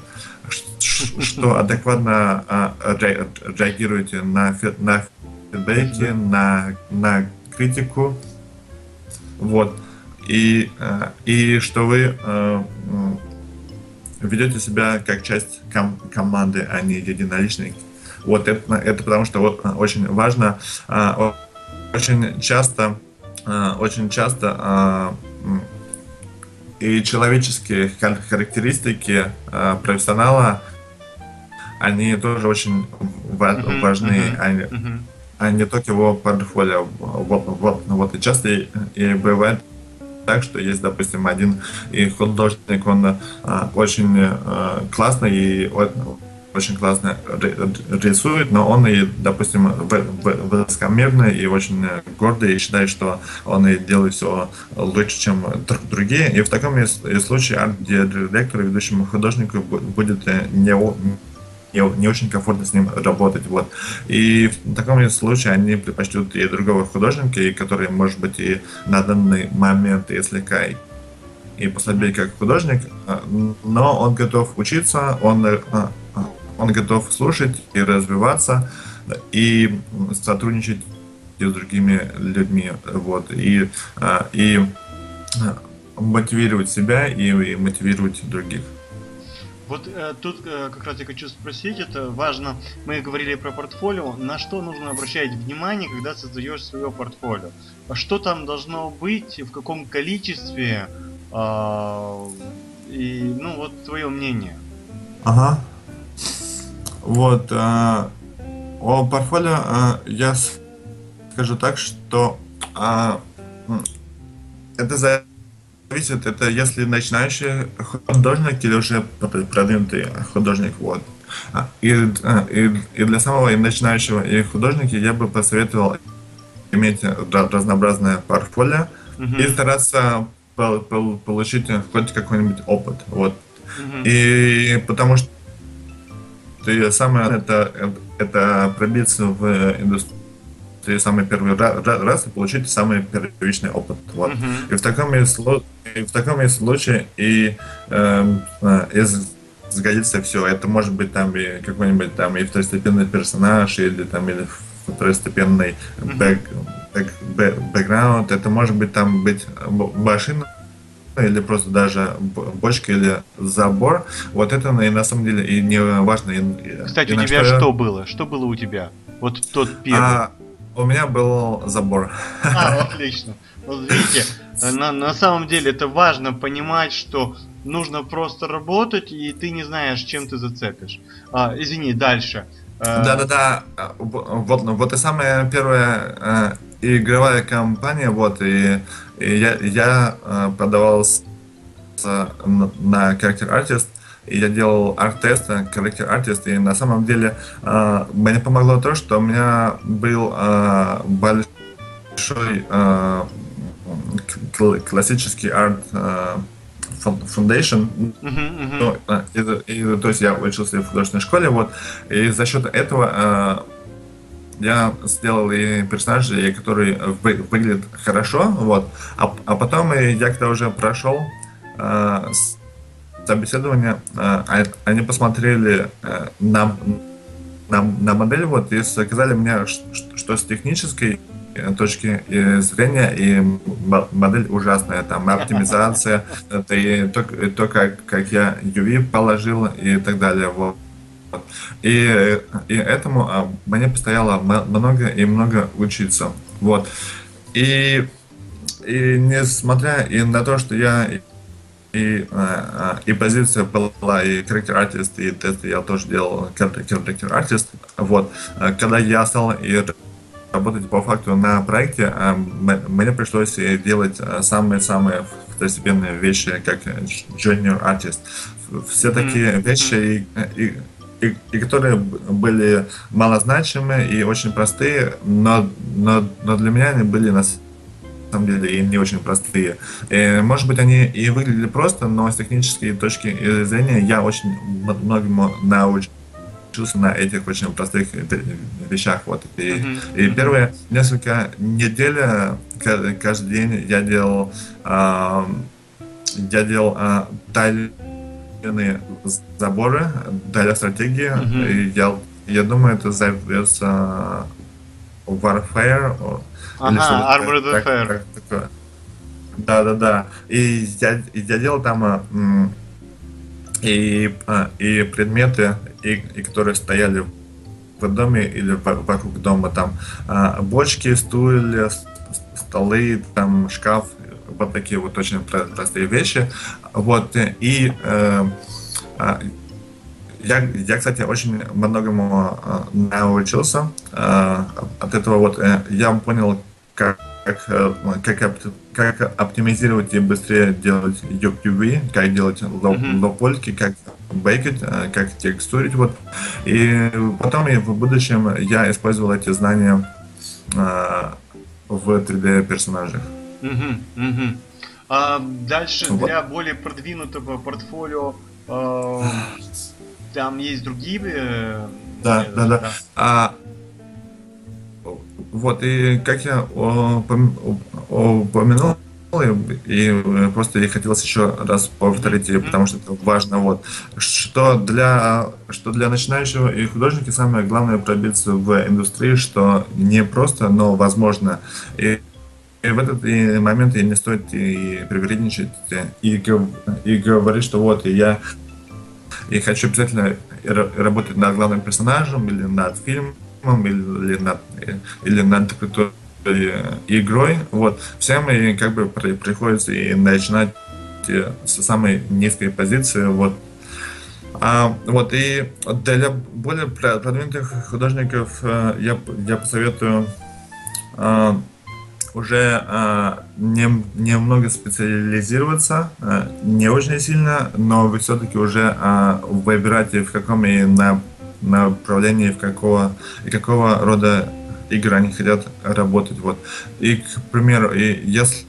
что адекватно реагируете на, на фидбэки, mm-hmm. на, на критику. Вот. И, и что вы э, ведете себя как часть ком- команды, а не единоличник. Вот это, это потому что вот очень важно, э, очень часто, э, очень часто э, и человеческие характеристики э, профессионала, они тоже очень ва- важны. Uh-huh, uh-huh, они, uh-huh. а не только его портфолио. Вот, вот, вот. И часто и, и бывает так, что есть, допустим, один и художник, он а, очень а, классно и о, очень классно рисует, но он и, допустим, высокомерный и очень гордый, и считает, что он и делает все лучше, чем другие. И в таком случае арт-директору, ведущему художнику будет не Не, не очень комфортно с ним работать, вот. И в таком случае они предпочтут и другого художника, и который, может быть, и на данный момент и слегка и послабее как художник, но он готов учиться, он, он готов слушать и развиваться, и сотрудничать с другими людьми, вот, и, и мотивировать себя и, и мотивировать других. Вот э, тут э, как раз я хочу спросить, это важно, мы говорили про портфолио, на что нужно обращать внимание, когда создаешь свое портфолио? Что там должно быть, в каком количестве, э, и, ну, вот твое мнение. Ага. Вот, э, о портфолио э, я скажу так, что э, это за зависит, это если начинающий художник или уже продвинутый художник, вот. И, и, и для самого и начинающего и художника я бы посоветовал иметь разнообразное портфолио mm-hmm. и стараться по, по, получить хоть какой-нибудь опыт, вот. Mm-hmm. И потому что и самое это, это пробиться в индустрию самый первый раз и получить самый первичный опыт. Вот. Uh-huh. И в таком и, и в таком и случае и, э, и сгодится все. Это может быть там и какой-нибудь там и второстепенный персонаж, или там или второстепенный uh-huh. бэк, бэк, бэк, бэкграунд. Это может быть там быть машина, или просто даже бочка, или забор. Вот это и на самом деле и не важно. И, Кстати, и у тебя что, что было? Что было у тебя? Вот тот первый. А, У меня был забор. А, отлично. Вот видите, на, на самом деле это важно понимать, что нужно просто работать, и ты не знаешь, чем ты зацепишь. А, извини, дальше. Да-да-да. Вот, вот и самая первая э, игровая компания, вот, и, и я, я подавался на, на Character Artist, и я делал арт-тест, Character Artist, и на самом деле э, мне помогло то, что у меня был э, большой э, классический арт э, foundation, uh-huh, uh-huh. Ну, и, и, то есть я учился в художественной школе, вот, и за счет этого э, я сделал и персонажей, который вы, выглядит хорошо, вот, а, а потом я когда уже прошел э, собеседование, они посмотрели на, на, на модель, вот, и сказали мне, что, что с технической точки зрения и модель ужасная, там оптимизация, это и то, и то как, как я ю ви положил и так далее, вот. И, и этому мне предстояло много и много учиться, вот. И, и несмотря и на то, что я и, и позиция была и character artist, и тесты я тоже делал character artist, вот. Когда я стал и работать по факту на проекте, мне пришлось делать самые-самые второстепенные вещи, как junior artist. Все такие вещи, и, и, и которые были малозначимые и очень простые, но, но, но для меня они были на самом деле и не очень простые. И, может быть, они и выглядели просто, но с технической точки зрения я очень многому научился на этих очень простых вещах. Вот. И, uh-huh. и первые несколько недель каждый день я делал э, я делал э, тайные заборы для стратегии. Uh-huh. И я, я думаю, это зовется Warfare. Ага, Armored Warfare. Да-да-да. И я, я делал там и, и предметы, и, и которые стояли в доме или вокруг дома, там бочки, стулья, столы, там шкаф, вот такие вот очень простые вещи. Вот, и э, я, я, кстати, очень многому научился от этого. Вот я понял, как Как, как, как оптимизировать и быстрее делать ю ви, как делать лоу-польки, как бейкать, как текстурить. Вот. И потом и в будущем я использовал эти знания а, в три дэ персонажах. Угу, угу. А дальше вот. Для более продвинутого портфолио а, там есть другие... Да, да, да. да. А, Вот, и как я упомянул, и просто я хотел еще раз повторить, mm-hmm. потому что это важно, вот, что для, что для начинающего и художника самое главное пробиться в индустрии, что не просто, но возможно. И, и в этот и момент и не стоит и привередничать, и, и говорить, что вот, и я и хочу обязательно работать над главным персонажем или над фильмом, или над, или над игрой, вот, всем и как бы при, приходится и начинать с самой низкой позиции, вот. А, вот, и для более продвинутых художников я, я посоветую а, уже а, не, немного специализироваться, а, не очень сильно, но вы все-таки уже а, выбирайте, в каком и на направлении, в какого и какого рода игры они хотят работать. Вот. И, к примеру, и если,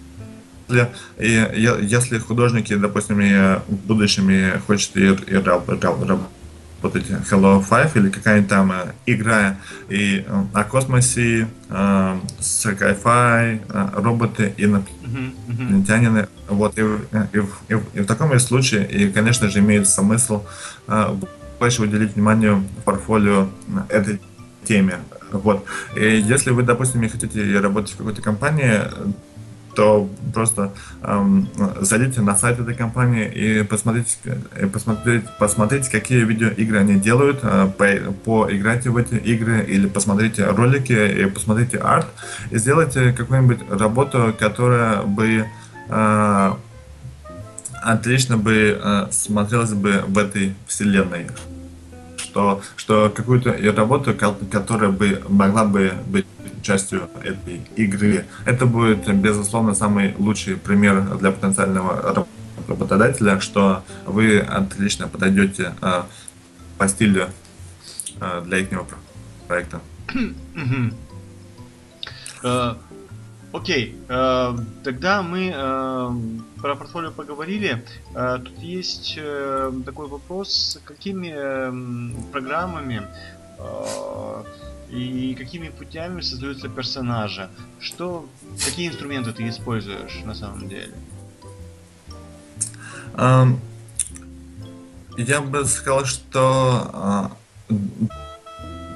и, если художники, допустим, и в будущем и хочет и, и работать Halo пять или какая-нибудь там игра и о космосе, э, sci-fi, роботы, инопланетяне. Uh-huh, uh-huh. Вот. И, и, и, и в таком случае, и, конечно же, имеет смысл э, больше уделить внимание в портфолио этой теме. Вот. И если вы, допустим, не хотите работать в какой-то компании, то просто эм, зайдите на сайт этой компании и посмотрите, и посмотрите, посмотрите, какие видеоигры они делают, э, по, поиграйте в эти игры или посмотрите ролики и посмотрите арт и сделайте какую-нибудь работу, которая бы э, отлично бы э, смотрелась бы в этой вселенной. Что, что какую-то работу, которая бы могла бы быть частью этой игры. Это будет, безусловно, самый лучший пример для потенциального работодателя, что вы отлично подойдете э, по стилю э, для их проекта. Окей, okay. uh, тогда мы uh, про портфолио поговорили. Uh, тут есть uh, такой вопрос, какими uh, программами uh, и какими путями создаются персонажи? Что, какие инструменты ты используешь на самом деле? Um, я бы сказал, что uh,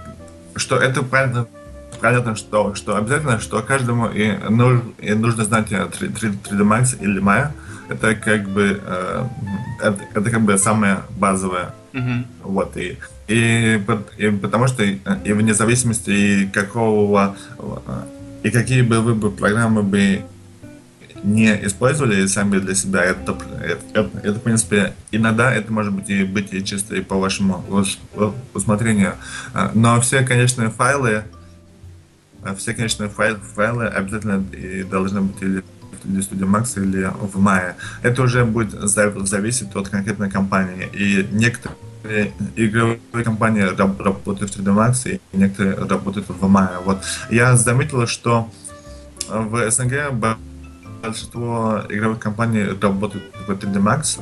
что это правильно, понятно, что, что обязательно, что каждому и, нуж, и нужно знать три дэ Max или Maya. Это как бы э, это, это как бы самое базовое. Mm-hmm. Вот, и, и, и потому что и вне зависимости и какого и какие бы вы бы программы бы не использовали сами для себя, это, это, это в принципе иногда это может быть и быть и чисто и по вашему усмотрению. Но все, конечно, файлы все, конечно, файлы, файлы обязательно и должны быть или для Studio Max или в Maya. Это уже будет зависеть от конкретной компании. И некоторые игровые компании работают в три дэ Max, и некоторые работают в Maya. Вот. Я заметил, что в СНГ большинство игровых компаний работают в три дэ Max,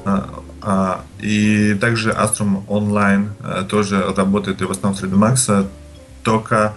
и также Astrum Online тоже работает и в основном в три дэ Max, только,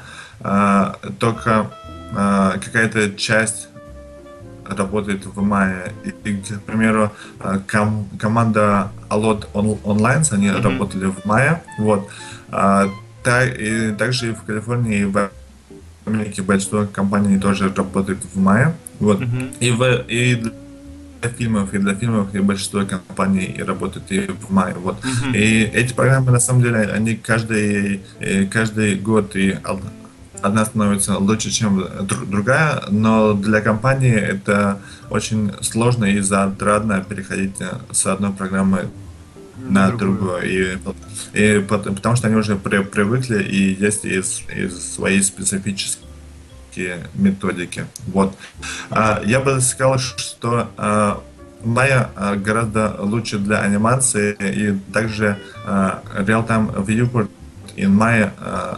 только какая-то часть работает в Maya. И, и, к примеру, ком, команда Alod Online, они mm-hmm. работали в Maya. Вот. А, та, и также и в Калифорнии, и в Америке большинство компаний тоже работают в Maya. Вот. Mm-hmm. И, в, и для фильмов, и для фильмов, и большинство компаний работают и в Maya. Вот. Mm-hmm. И эти программы, на самом деле, они каждый, каждый год и одна становится лучше, чем другая, но для компании это очень сложно и затратно переходить с одной программы на, на другую. И, и потому что они уже при, привыкли и есть и, и свои специфические методики. Вот. Я бы сказал, что Maya гораздо лучше для анимации, и также Real-Time Viewport и Maya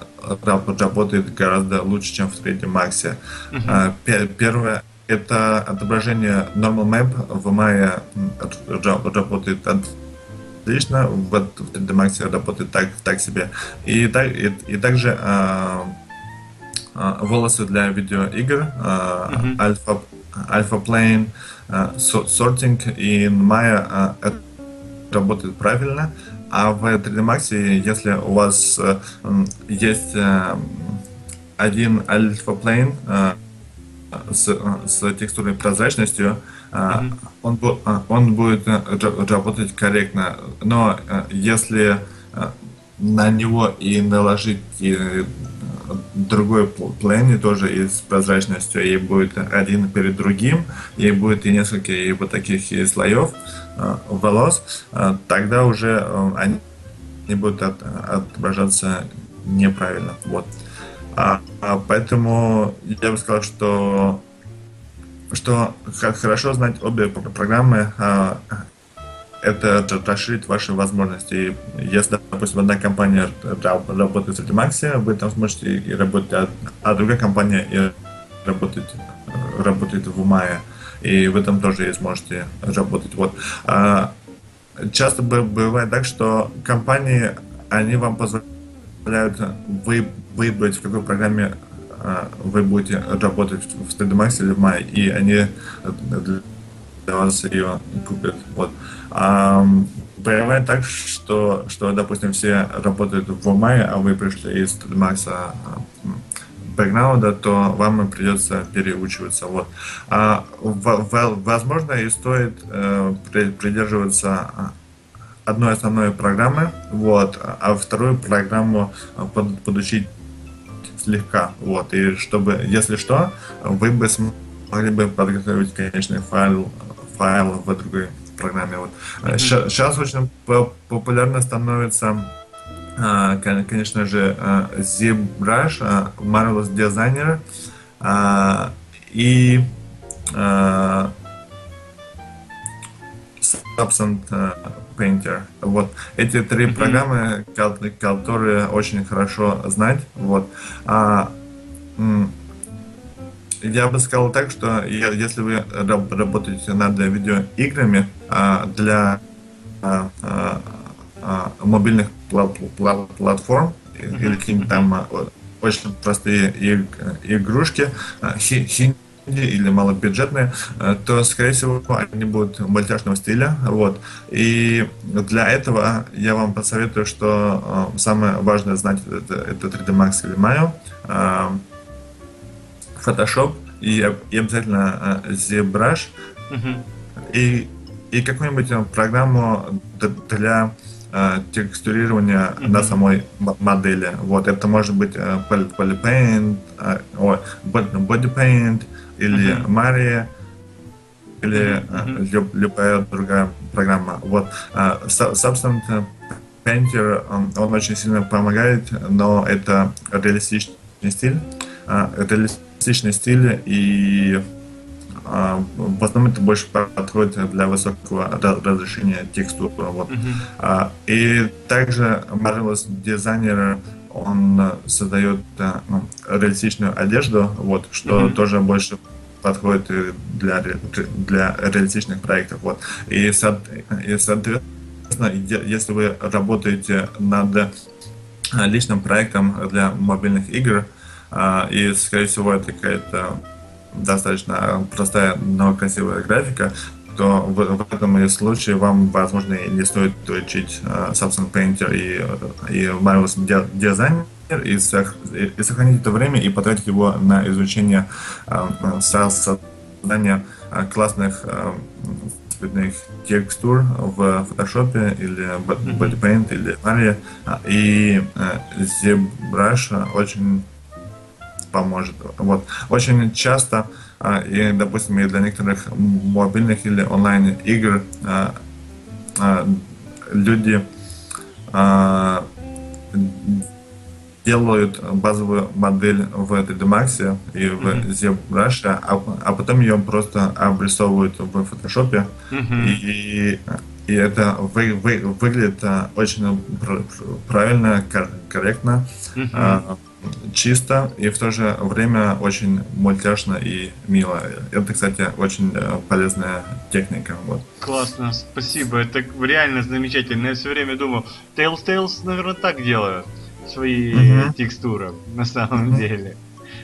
работает гораздо лучше, чем в три дэ Max. Uh-huh. Первое — это отображение Normal Map в Maya работает отлично, вот в три дэ Max работает так, так себе. И, и, и также а, а, волосы для видеоигр, а, uh-huh. Alpha, Alpha Plane, а, Sorting и Maya а, работает правильно. А в три дэ Max, если у вас э, есть э, один Alpha Plane э, с, с текстурной прозрачностью, э, mm-hmm. он, он будет работать корректно. Но э, если э, на него и наложить и другой плейн тоже и с прозрачностью, и будет один перед другим, и будет и несколько и вот таких и слоев э, волос, э, тогда уже э, они не будут от, отображаться неправильно. Вот. А, а поэтому я бы сказал, что, что хорошо знать обе программы, э, это расширит ваши возможности. Если, допустим, одна компания работает в три дэ Max, вы там сможете и работать, а другая компания и работает, работает в Maya, и вы там тоже и сможете работать. Вот. Часто бывает так, что компании, они вам позволяют вы, выбрать, в какой программе вы будете работать в три дэ Max или в Maya, и они для вас ее купят. Вот. А, бывает так, что, что, допустим, все работают в Maya, а вы пришли из три дэ Max бэкграунда, то вам придется переучиваться. Вот. А, в, в, возможно, и стоит э, придерживаться одной основной программы, вот, а вторую программу под, подучить слегка. Вот. И чтобы, если что, вы бы смогли бы подготовить конечный файл, файл в другой программе. Вот. Mm-hmm. Сейчас очень популярно становится, конечно же, ZBrush, Marvelous Designer и Substance Painter. Вот. Эти три mm-hmm. программы, которые очень хорошо знать. Вот. Я бы сказал так, что если вы работаете над видеоиграми для мобильных платформ или какие-нибудь там очень простые игрушки, или малобюджетные, то, скорее всего, они будут мультяшного стиля. Вот. И для этого я вам посоветую, что самое важное знать это, это три дэ Max или Maya, Photoshop и, и обязательно ZBrush. Uh-huh. И, и какую-нибудь программу для текстурирования uh-huh. на самой модели. Вот. Это может быть Polypaint, BodyPaint, или uh-huh. Maya, или uh-huh. люб, любая другая программа. Вот. Uh, Substance Painter, он, он очень сильно помогает, но это реалистичный стиль. Uh, реалистичный стиль, и uh, в основном это больше подходит для высокого разрешения текстур. Вот. Uh-huh. Uh, и также Marvelous Designer, он создает ну, реалистичную одежду, вот, что mm-hmm. тоже больше подходит для, для реалистичных проектов. Вот. И, и, соответственно, если вы работаете над личным проектом для мобильных игр, и, скорее всего, это какая-то достаточно простая, но красивая графика, то в, в этом случае вам, возможно, не стоит учить uh, Substance Painter и, и Marvelous Designer и, и, и сохранить это время и потратить его на изучение uh, создания uh, классных uh, цветных текстур в Photoshop или Body Paint или Maya. И uh, ZBrush очень поможет. Вот. Очень часто и, допустим, и для некоторых мобильных или онлайн игр а, а, люди а, делают базовую модель в три дэ Max и в mm-hmm. ZBrush, а, а потом ее просто обрисовывают в Photoshop, mm-hmm. и, и это вы, вы, выглядит очень правильно, корректно. Mm-hmm. а, чисто и в то же время очень мультяшно и мило. Это, кстати, очень полезная техника. Вот. Классно, спасибо. Это реально замечательно. Я все время думал, Telltales, наверное, так делают свои uh-huh. текстуры на самом uh-huh. деле.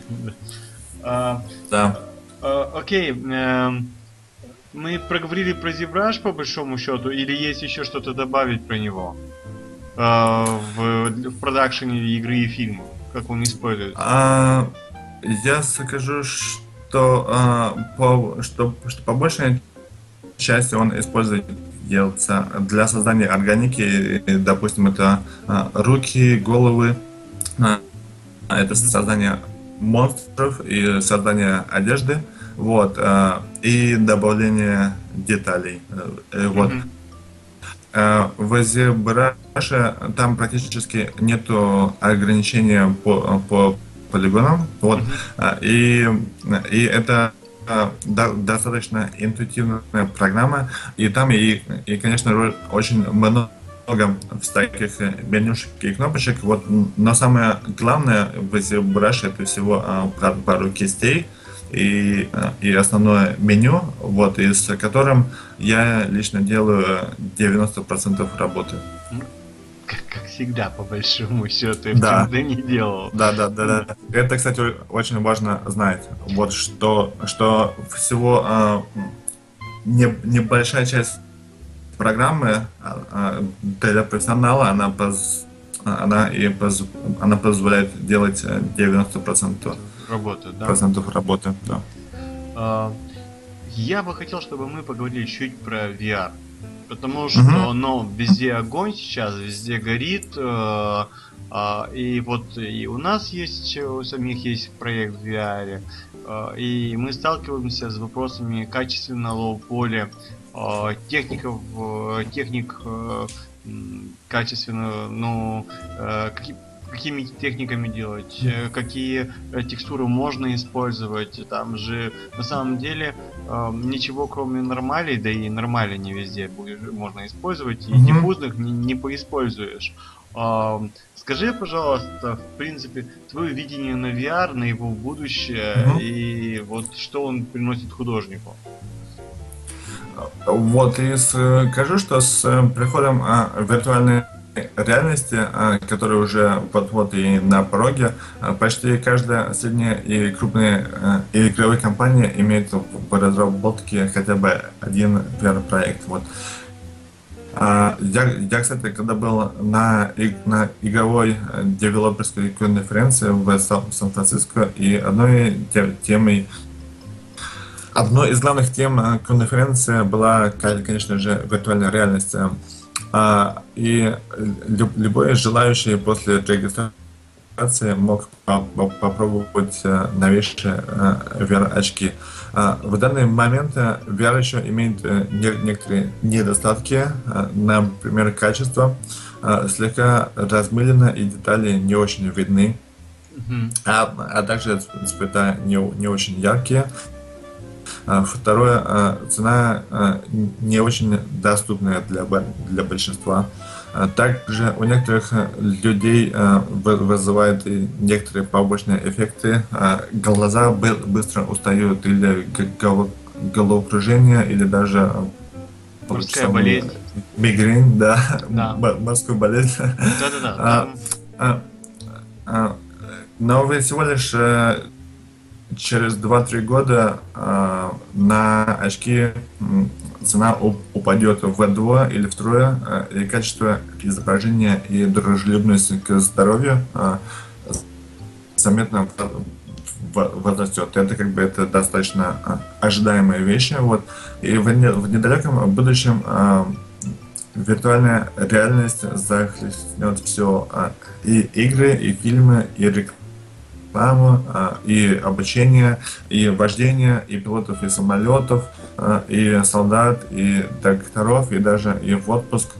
Да. А, а, окей. А, мы проговорили про ZBrush по большому счету, или есть еще что-то добавить про него а, в, в продакшене игры и фильма? Как он используется? А, я скажу, что, а, по, что, что по большей части он используется для создания органики. Допустим, это а, руки, головы, а, это создание монстров и создание одежды, вот, а, и добавление деталей. Вот. Mm-hmm. В ZBrush там практически нету ограничения по, по полигонам, вот, mm-hmm. и, и это да, достаточно интуитивная программа, и там, и, и конечно, очень много всяких менюшек и кнопочек, вот, но самое главное в ZBrush это всего пару кистей, И, и основное меню, вот, и с которым я лично делаю девяносто процентов работы. Как, как всегда, по большому счету, да. ты не делал. Да, да, да, да. Это, кстати, очень важно знать. Вот что, что всего а, не, небольшая часть программы а, для профессионала, она, поз, она, и поз, она позволяет делать девяносто процентов работы, да? Процентов работы, да. Uh, я бы хотел, чтобы мы поговорили чуть про ви ар. Потому что, uh-huh. ну, везде огонь сейчас, везде горит. Uh, uh, и вот и у нас есть, у самих есть проект в ви ар. Uh, и мы сталкиваемся с вопросами качественного лоу-поля, uh, техников, uh, техник uh, качественно, ну, uh, какие какими техниками делать, какие текстуры можно использовать. Там же на самом деле э, ничего кроме нормалей, да и нормали не везде будешь, можно использовать, и mm-hmm. диффузных не, не поиспользуешь. Э, скажи, пожалуйста, в принципе, твое видение на ви ар, на его будущее, mm-hmm. и вот что он приносит художнику. Вот, и скажу, что с приходом виртуальной реальности, а, которая уже вот-вот и на пороге, а, почти каждая средняя и крупная а, и игровая компания имеет в разработке хотя бы один ви ар-проект. Вот. А, Я, я, кстати, когда был на, и- на игровой э, девелоперской конференции в Сан- Сан-Франциско, и одной те- темой, одной из главных тем э, конференции была, ка- конечно же, виртуальная реальность. Э, а, И лю- любой желающий после регистрации мог по- по- попробовать э, новейшие э, ви ар-очки. А, В данный момент э, ви ар еще имеет э, не- некоторые недостатки, э, например, качество э, слегка размылено и детали не очень видны, Мгм. а, а также цвета не, о- не очень яркие. А, Второе, э, цена э, не очень доступная для, бо- для большинства. А Также у некоторых э, людей э, вы- вызывает и некоторые побочные эффекты. А, Глаза бы- быстро устают или г- голо- головокружение, или даже э, тот же Морская самый болезнь. мигрень, да, Да. м- морскую болезнь. Да-да-да. А, Там а, а, Но вы всего лишь э, через два-три года а, на очки м, цена уп- упадет вдвое или втрое, а, и качество изображения и дружелюбность к здоровью а, заметно в- в- возрастет. Это как бы это достаточно а, ожидаемые вещи. Вот. И в, не- в недалеком будущем а, виртуальная реальность захлестнет все. И игры, и фильмы, и реклама, а, и обучение, и вождение, и пилотов, и самолетов, а, и солдат, и докторов, и даже и в отпуск.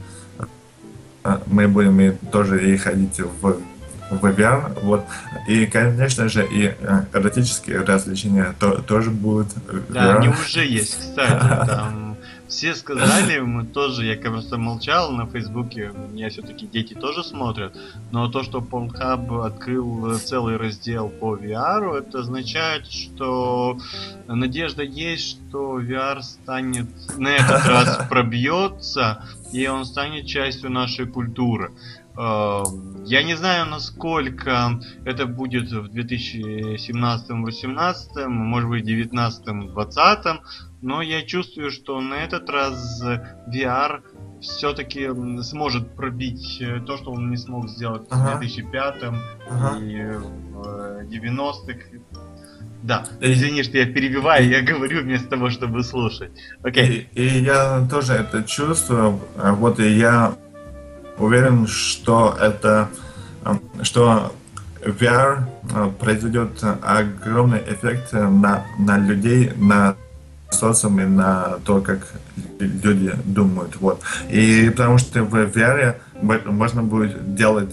А, Мы будем и тоже и ходить в в ви ар, вот. И, конечно же, и э, эротические развлечения то- тоже будут в Да, они ви ар. уже есть, кстати. Там все сказали, мы тоже, я как просто молчал на Фейсбуке, у меня все-таки дети тоже смотрят, но то, что Pornhub открыл целый раздел по ви ар, это означает, что надежда есть, что ви ар станет, на этот раз пробьется, и он станет частью нашей культуры. Э, Я не знаю, насколько это будет в две тысячи семнадцатом-восемнадцатом, может быть, девятнадцатом-двадцатом, но я чувствую, что на этот раз ви ар все-таки сможет пробить э, то, что он не смог сделать в Ага, две тысячи пятом ага. и в девяностых. Да, И, извини, что я перебиваю, и, я говорю вместо того, чтобы слушать. Окей. и, и я тоже это чувствую. А Вот и я уверен, что это, ам, что ви ар а, произведет огромный эффект на, на людей, на социум и на то, как люди думают. Вот. И потому что в ви ар можно будет делать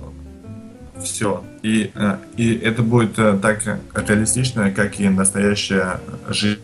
все. И, э, и это будет э, так реалистично, как и настоящая жизнь.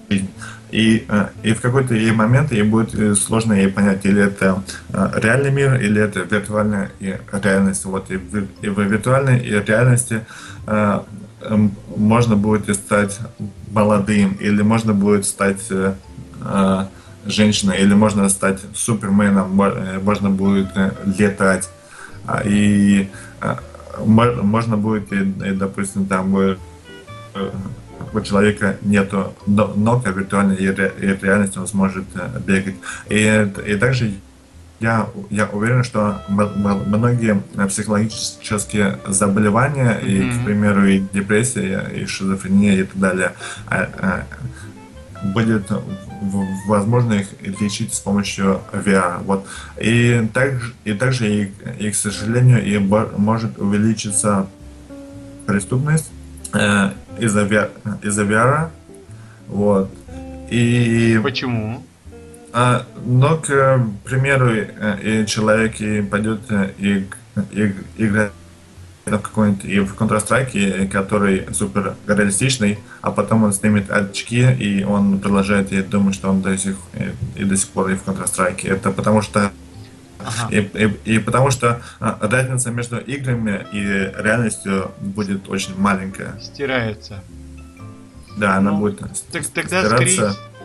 И, э, и в какой-то ей момент ей будет э, сложно ей понять, или это э, реальный мир, или это виртуальная и реальность. Вот. И, в, и в виртуальной и реальности э, э, можно будет стать молодым, или можно будет стать э, э, женщиной, или можно стать суперменом, мо- э, можно будет э, летать. А, И э, мо- можно будет, и, и, допустим, там э, э, у человека нету но- ног, а в виртуальной и ре- и реальности он сможет э, бегать. И, это- и также я, я уверен, что м- м- многие э, психологические заболевания, и, к Мгм. примеру, и депрессия, и шизофрения, и так далее, а, а, будет в- возможно их лечить с помощью ви ар. Вот. И, также, и также, и, и, к сожалению, и бо- может увеличиться преступность э, из-за ви ар. Из-за ви ар. Вот. И, Почему? а, но, к примеру, э, и человек и пойдет э, и, и играть в какой-нибудь и в Counter-Strike, который супер реалистичный, а потом он снимет очки и он продолжает и думает, что он до сих, и, и до сих пор и в Counter-Strike. Это потому что Ага. и, и, и потому что а, разница между играми и реальностью будет очень маленькая. Стирается. Да, она Ну, будет Так, тогда, скорее, стираться.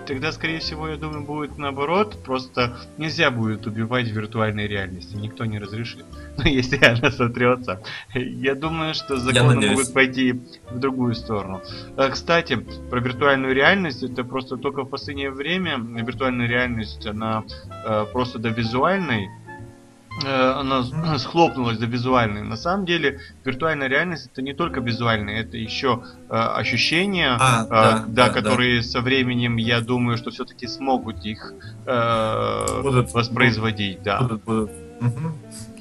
Тогда, скорее всего, я думаю, будет наоборот. Просто нельзя будет убивать в виртуальной реальности. Никто не разрешит. Ну, если она сотрется. Я думаю, что законы могут пойти в другую сторону. Кстати, про виртуальную реальность. Это просто только в последнее время виртуальная реальность, она просто до визуальной. Она схлопнулась до визуальной. На самом деле, виртуальная реальность это не только визуальная, это еще э, ощущения, а, э, да, да, да, которые да. со временем, я думаю, что все-таки смогут их э, будут, воспроизводить. Да. Будут, будут. Угу.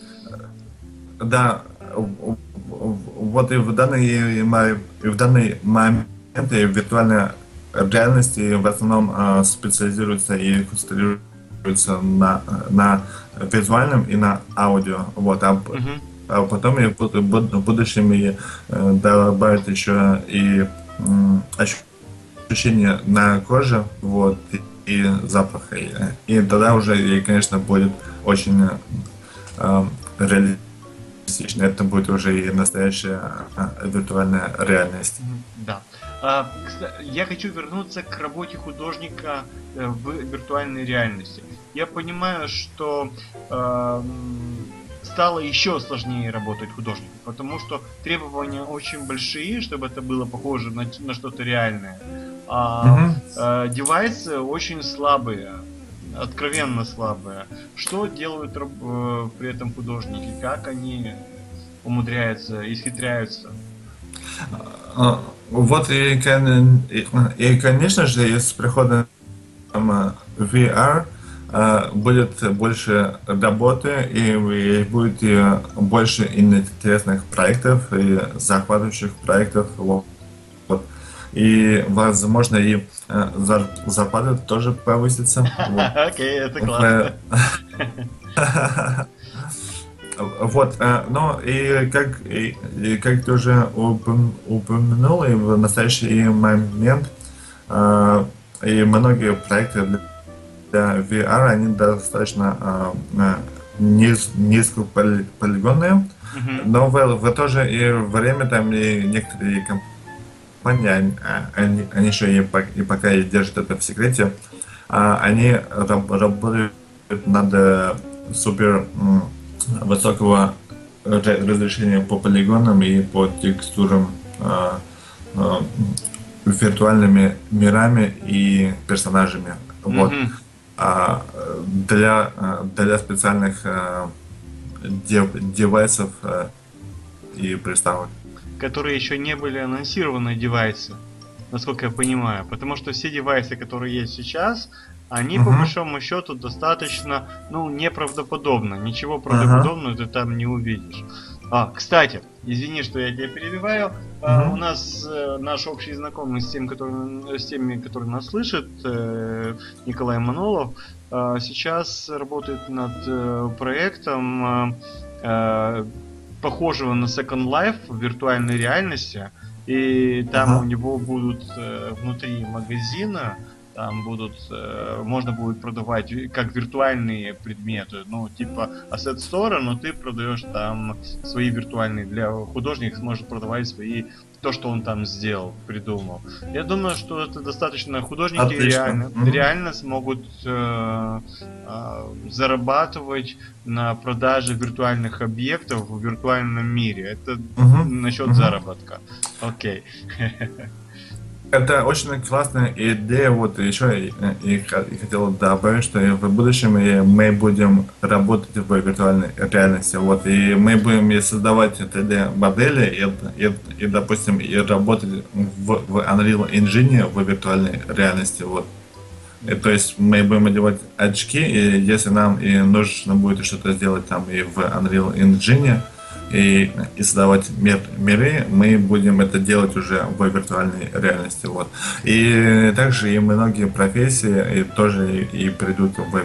Да, вот и в данный, и в данный момент виртуальная реальность в основном э, специализируется и концентрируется на, на визуальном и на аудио, вот, а, uh-huh. а потом и в будущем и, э, добавят еще и э, ощущения на коже, вот, и, и запах, и, и тогда уже, и, конечно, будет очень э, реалистично, это будет уже и настоящая э, виртуальная реальность. Да. Я хочу вернуться к работе художника в виртуальной реальности. Я понимаю, что э, стало еще сложнее работать художнику, потому что требования очень большие, чтобы это было похоже на, на что-то реальное. А э, девайсы очень слабые, откровенно слабые. Что делают э, при этом художники? Как они умудряются, исхитряются? Вот и, и, и конечно же, с приходом ви ар будет больше работы и, и будет и больше интересных проектов и захватывающих проектов. Вот. И возможно и зарплата тоже повысится. Окей, это классно. Вот, ну и как, и, и как ты уже упомянул, и в настоящий момент э, и многие проекты для ви ар, они достаточно э, низ, низкополигонные, mm-hmm. но в, в то же и время там и некоторые компании, они, они еще и, и пока и держат это в секрете, они работают над супер высокого разрешения по полигонам и по текстурам, э, э, виртуальными мирами и персонажами. Mm-hmm. Вот. А для, для специальных э, дев, девайсов э, и приставок. Которые еще не были анонсированы девайсы, насколько я понимаю. Потому что все девайсы, которые есть сейчас, они, uh-huh. по большому счету, достаточно, ну, неправдоподобно. Ничего правдоподобного uh-huh. ты там не увидишь. А, кстати, извини, что я тебя перебиваю. Uh-huh. А, у нас э, наш общий знакомый с, тем, который, с теми, которые нас слышат, э, Николай Манолов, э, сейчас работает над э, проектом, э, похожего на Second Life в виртуальной реальности. И там uh-huh. у него будут э, внутри магазина, там будут, э, можно будет продавать как виртуальные предметы, ну, типа Asset Store, но ты продаешь там свои виртуальные, для художника сможет продавать свои, то, что он там сделал, придумал. Я думаю, что это достаточно, художники реально, mm-hmm. реально смогут э, э, зарабатывать на продаже виртуальных объектов в виртуальном мире. Это mm-hmm. насчет mm-hmm. заработка. Окей. Okay. Это очень классная идея. Вот еще и, и, и хотел добавить, что в будущем мы будем работать в виртуальной реальности. Вот, и мы будем создавать три дэ-модели и, и, и, допустим, и работать в, в Unreal Engine в виртуальной реальности. Вот. И, то есть мы будем одевать очки, и если нам и нужно будет что-то сделать там и в Unreal Engine, И, и создавать мир, миры, мы будем это делать уже в виртуальной реальности. Вот. И также и многие профессии и тоже и, и придут в,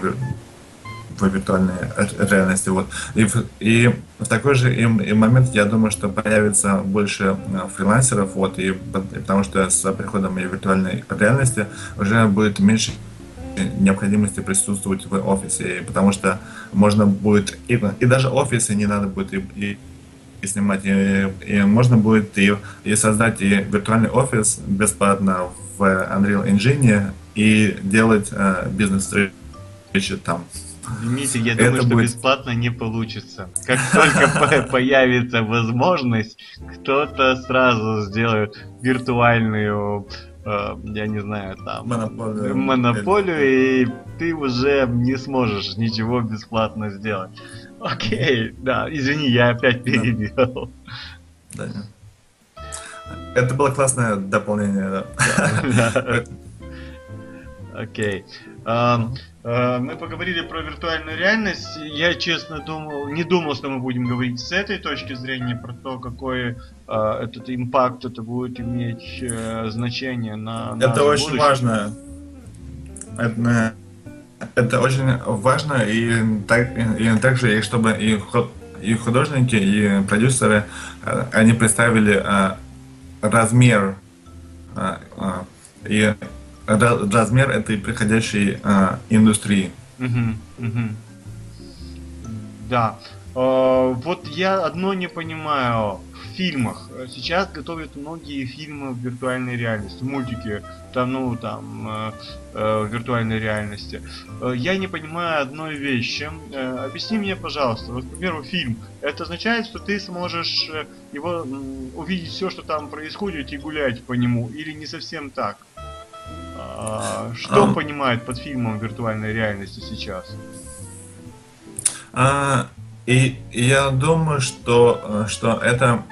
в виртуальной реальности. Вот. И, и в такой же и, и момент, я думаю, что появится больше фрилансеров, вот, и, потому что с приходом виртуальной реальности уже будет меньше необходимости присутствовать в офисе, потому что можно будет, и, и даже офисы не надо будет и, и, и снимать, и, и можно будет и, и создать и виртуальный офис бесплатно в Unreal Engine, и делать э, бизнес-встречи там. Дмитрий, я думаю, Это что будет... бесплатно не получится. Как только появится возможность, кто-то сразу сделает виртуальную, э, я не знаю, там, монополию, монополию, и ты уже не сможешь ничего бесплатно сделать. Окей, да, извини, я опять перебил. Да, нет. Это было классное дополнение, да. Окей. Мы поговорили про виртуальную реальность. Я, честно, думал, не думал, что мы будем говорить с этой точки зрения про то, какой этот импакт это будет иметь значение на наше Это очень будущее. важно. Это, это очень важно, и, так, и также, и чтобы и, и художники, и продюсеры, они представили размер и размер этой приходящей индустрии. Угу, угу. Да. Вот я одно не понимаю. В фильмах сейчас готовят многие фильмы в виртуальной реальности, мультики, там, ну, там, э, э, в виртуальной реальности. Я не понимаю одной вещи. Э, объясни мне, пожалуйста, вот, к примеру, фильм. Это означает, что ты сможешь его увидеть все, что там происходит, и гулять по нему, или не совсем так? А, что а... понимают под фильмом виртуальной реальности сейчас? А... И я думаю, что, что это,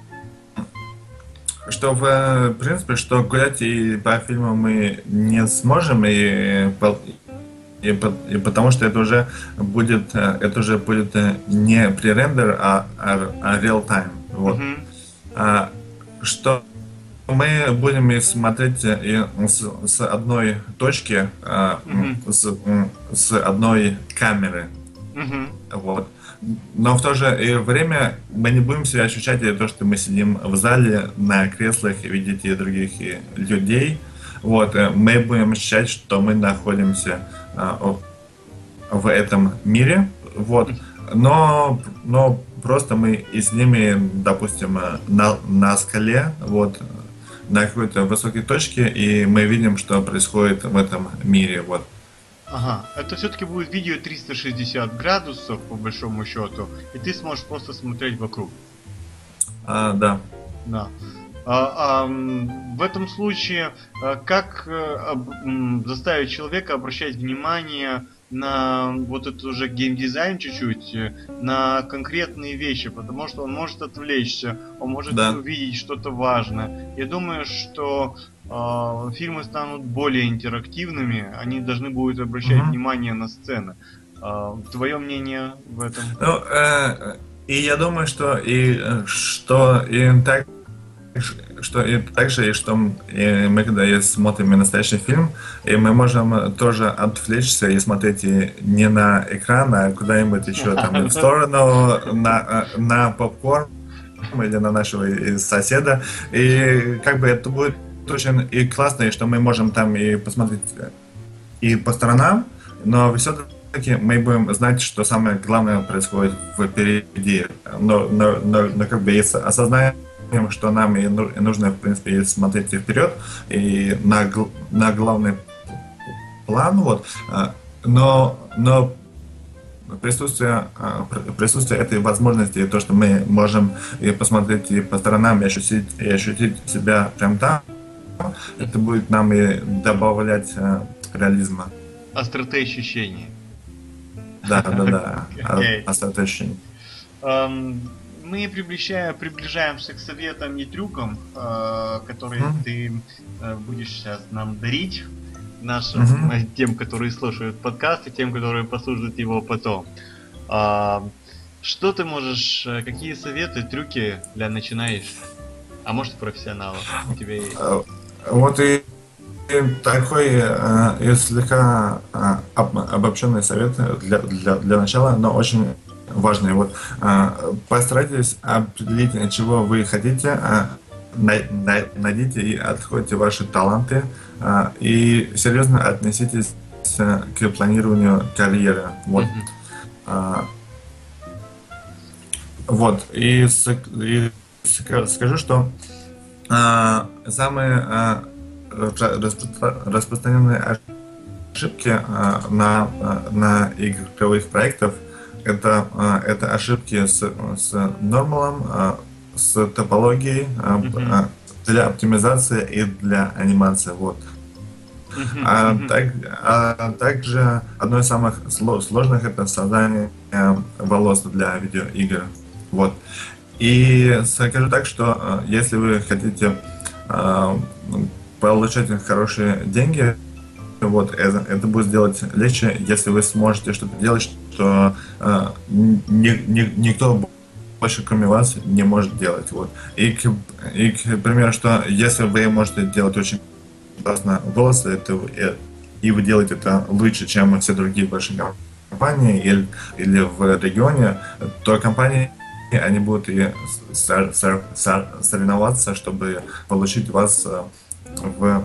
что в принципе, что гулять и по фильму мы не сможем, и, и, и потому что это уже будет, это уже будет не пререндер, а, а, а real time. Вот. Mm-hmm. А, что мы будем их смотреть и с, с одной точки, mm-hmm. с, с одной камеры. Mm-hmm. Вот. Но в то же время мы не будем себя ощущать то, что мы сидим в зале на креслах и видите других людей. Вот. Мы будем ощущать, что мы находимся в этом мире. Вот. Но, но просто мы и с ними, допустим, на, на скале, вот, на какой-то высокой точке, и мы видим, что происходит в этом мире. Вот. Ага, это все-таки будет видео триста шестьдесят градусов, по большому счету, и ты сможешь просто смотреть вокруг. А, да. Да. А, а, в этом случае, как заставить человека обращать внимание на вот этот уже геймдизайн чуть-чуть, на конкретные вещи, потому что он может отвлечься, он может да. увидеть что-то важное. Я думаю, что э, фильмы станут более интерактивными, они должны будут обращать mm-hmm. внимание на сцены. Э, твое мнение в этом? Ну, э, и я думаю, что и что и так что и также, и что и мы, когда и смотрим настоящий фильм, и мы можем тоже отвлечься и смотреть и не на экран, а куда-нибудь еще там в сторону, на, на попкорн или на нашего соседа. И как бы это будет очень и классно, и что мы можем там и посмотреть и по сторонам, но все-таки мы будем знать, что самое главное происходит впереди. Но, но, но, но как бы есть осознание, что нам и нужно, в принципе, смотреть вперед и на, на главный план, вот, но, но присутствие, присутствие этой возможности, то, что мы можем и посмотреть и по сторонам, и ощутить, и ощутить себя прям там, это будет нам и добавлять реализма. Остроты ощущений. Да, да, да, okay. Остроты ощущений. Um... Мы приближаем, приближаемся к советам и трюкам, э, которые mm-hmm. ты э, будешь сейчас нам дарить нашим, mm-hmm. тем, которые слушают подкаст, и тем, которые послушают его потом. Э, что ты можешь, какие советы, трюки для начинающих, а может и профессионалов у тебя есть? Вот и, и такой э, слегка э, обобщенный совет для, для, для начала, но очень важное. Вот, постарайтесь определить, чего вы хотите, найдите и откройте ваши таланты и серьезно относитесь к планированию карьеры. Вот. Mm-hmm. Вот. И, и скажу, что самый распро- распространенные ошибки э, на, э, на игровых проектах. Это, э, это ошибки с, с нормалом, э, с топологией э, э, для оптимизации и для анимации. Вот. А, так, а также одно из самых сложных это создание волос для видеоигр. Вот. И скажу так, что если вы хотите э, получать хорошие деньги, вот, это, это будет сделать легче, если вы сможете что-то делать, что э, ни, ни, никто больше, кроме вас, не может делать. Вот. И, к, и, к примеру, что если вы можете делать очень классно волосы, это, и вы делаете это лучше, чем все другие большие компании или, или в регионе, то компании они будут и соревноваться, чтобы получить вас в,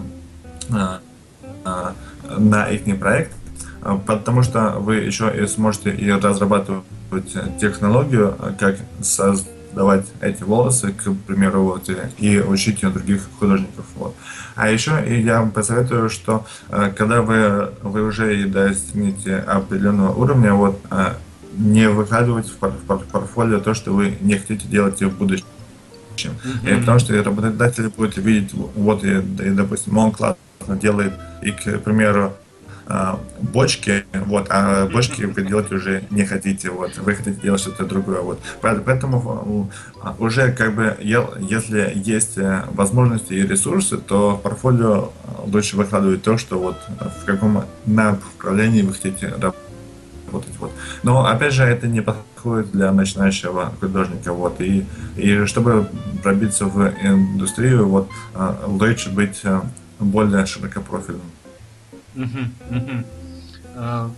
на их проект, потому что вы еще и сможете и разрабатывать технологию, как создавать эти волосы, к примеру, вот, и учить других художников. Вот. А еще и я вам посоветую, что когда вы, вы уже достигнете определенного уровня, вот, не выкладывать в портфолио то, что вы не хотите делать в будущем. Mm-hmm. И потому что работодатель будет видеть, вот, и, и допустим, он классно делает, и, к примеру, бочки, вот, а бочки вы делать уже не хотите, вот, вы хотите делать что-то другое, вот. Поэтому уже как бы, если есть возможности и ресурсы, то в портфолио лучше выкладывать то, что вот в каком направлении вы хотите работать. Вот. Но опять же это не подходит для начинающего художника, вот, и, и чтобы пробиться в индустрию, вот, лучше быть более широкопрофильным. Uh-huh, uh-huh. Uh,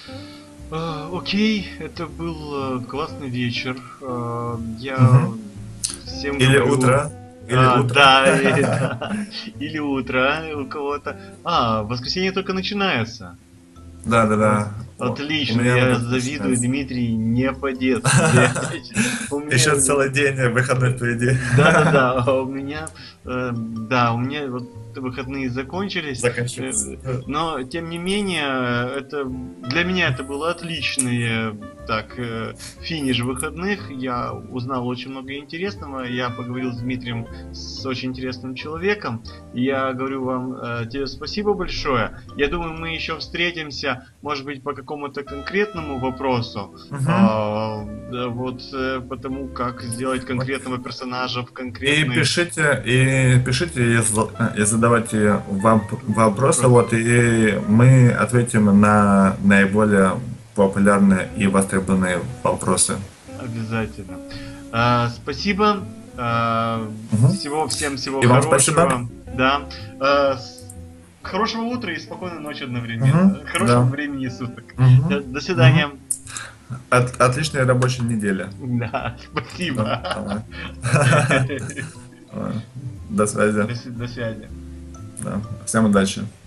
uh, окей, это был uh, классный вечер. Uh, я uh-huh. всем Или говорю... утро. Или а, утро. Да, или, да. Или утро у кого-то. А, воскресенье только начинается. Да, да, да. Отлично, я завидую, Дмитрий, не по-детски. Еще целый день выходной впереди. Да, да, да. У меня, да, у меня вот выходные закончились. Заканчиваются. Но тем не менее, это для меня это было отличный так финиш выходных. Я узнал очень много интересного. Я поговорил с Дмитрием, с очень интересным человеком. Я говорю вам тебе спасибо большое. Я думаю, мы еще встретимся, может быть, по какому-то конкретному вопросу. Uh-huh. А, вот потому как сделать конкретного персонажа в конкретный... И пишите, и пишите, и задавайте вам вопросы, вот, и мы ответим на наиболее популярные и востребованные вопросы. Обязательно. А, спасибо. А, uh-huh. Всего всем всего и хорошего. Вам спасибо. Да. А, хорошего утра и спокойной ночи одновременно. Uh-huh. Хорошего да. времени суток. Uh-huh. До, до свидания. Uh-huh. От, отличная рабочая неделя. Да, спасибо. До связи. До, до связи. Да. Всем удачи.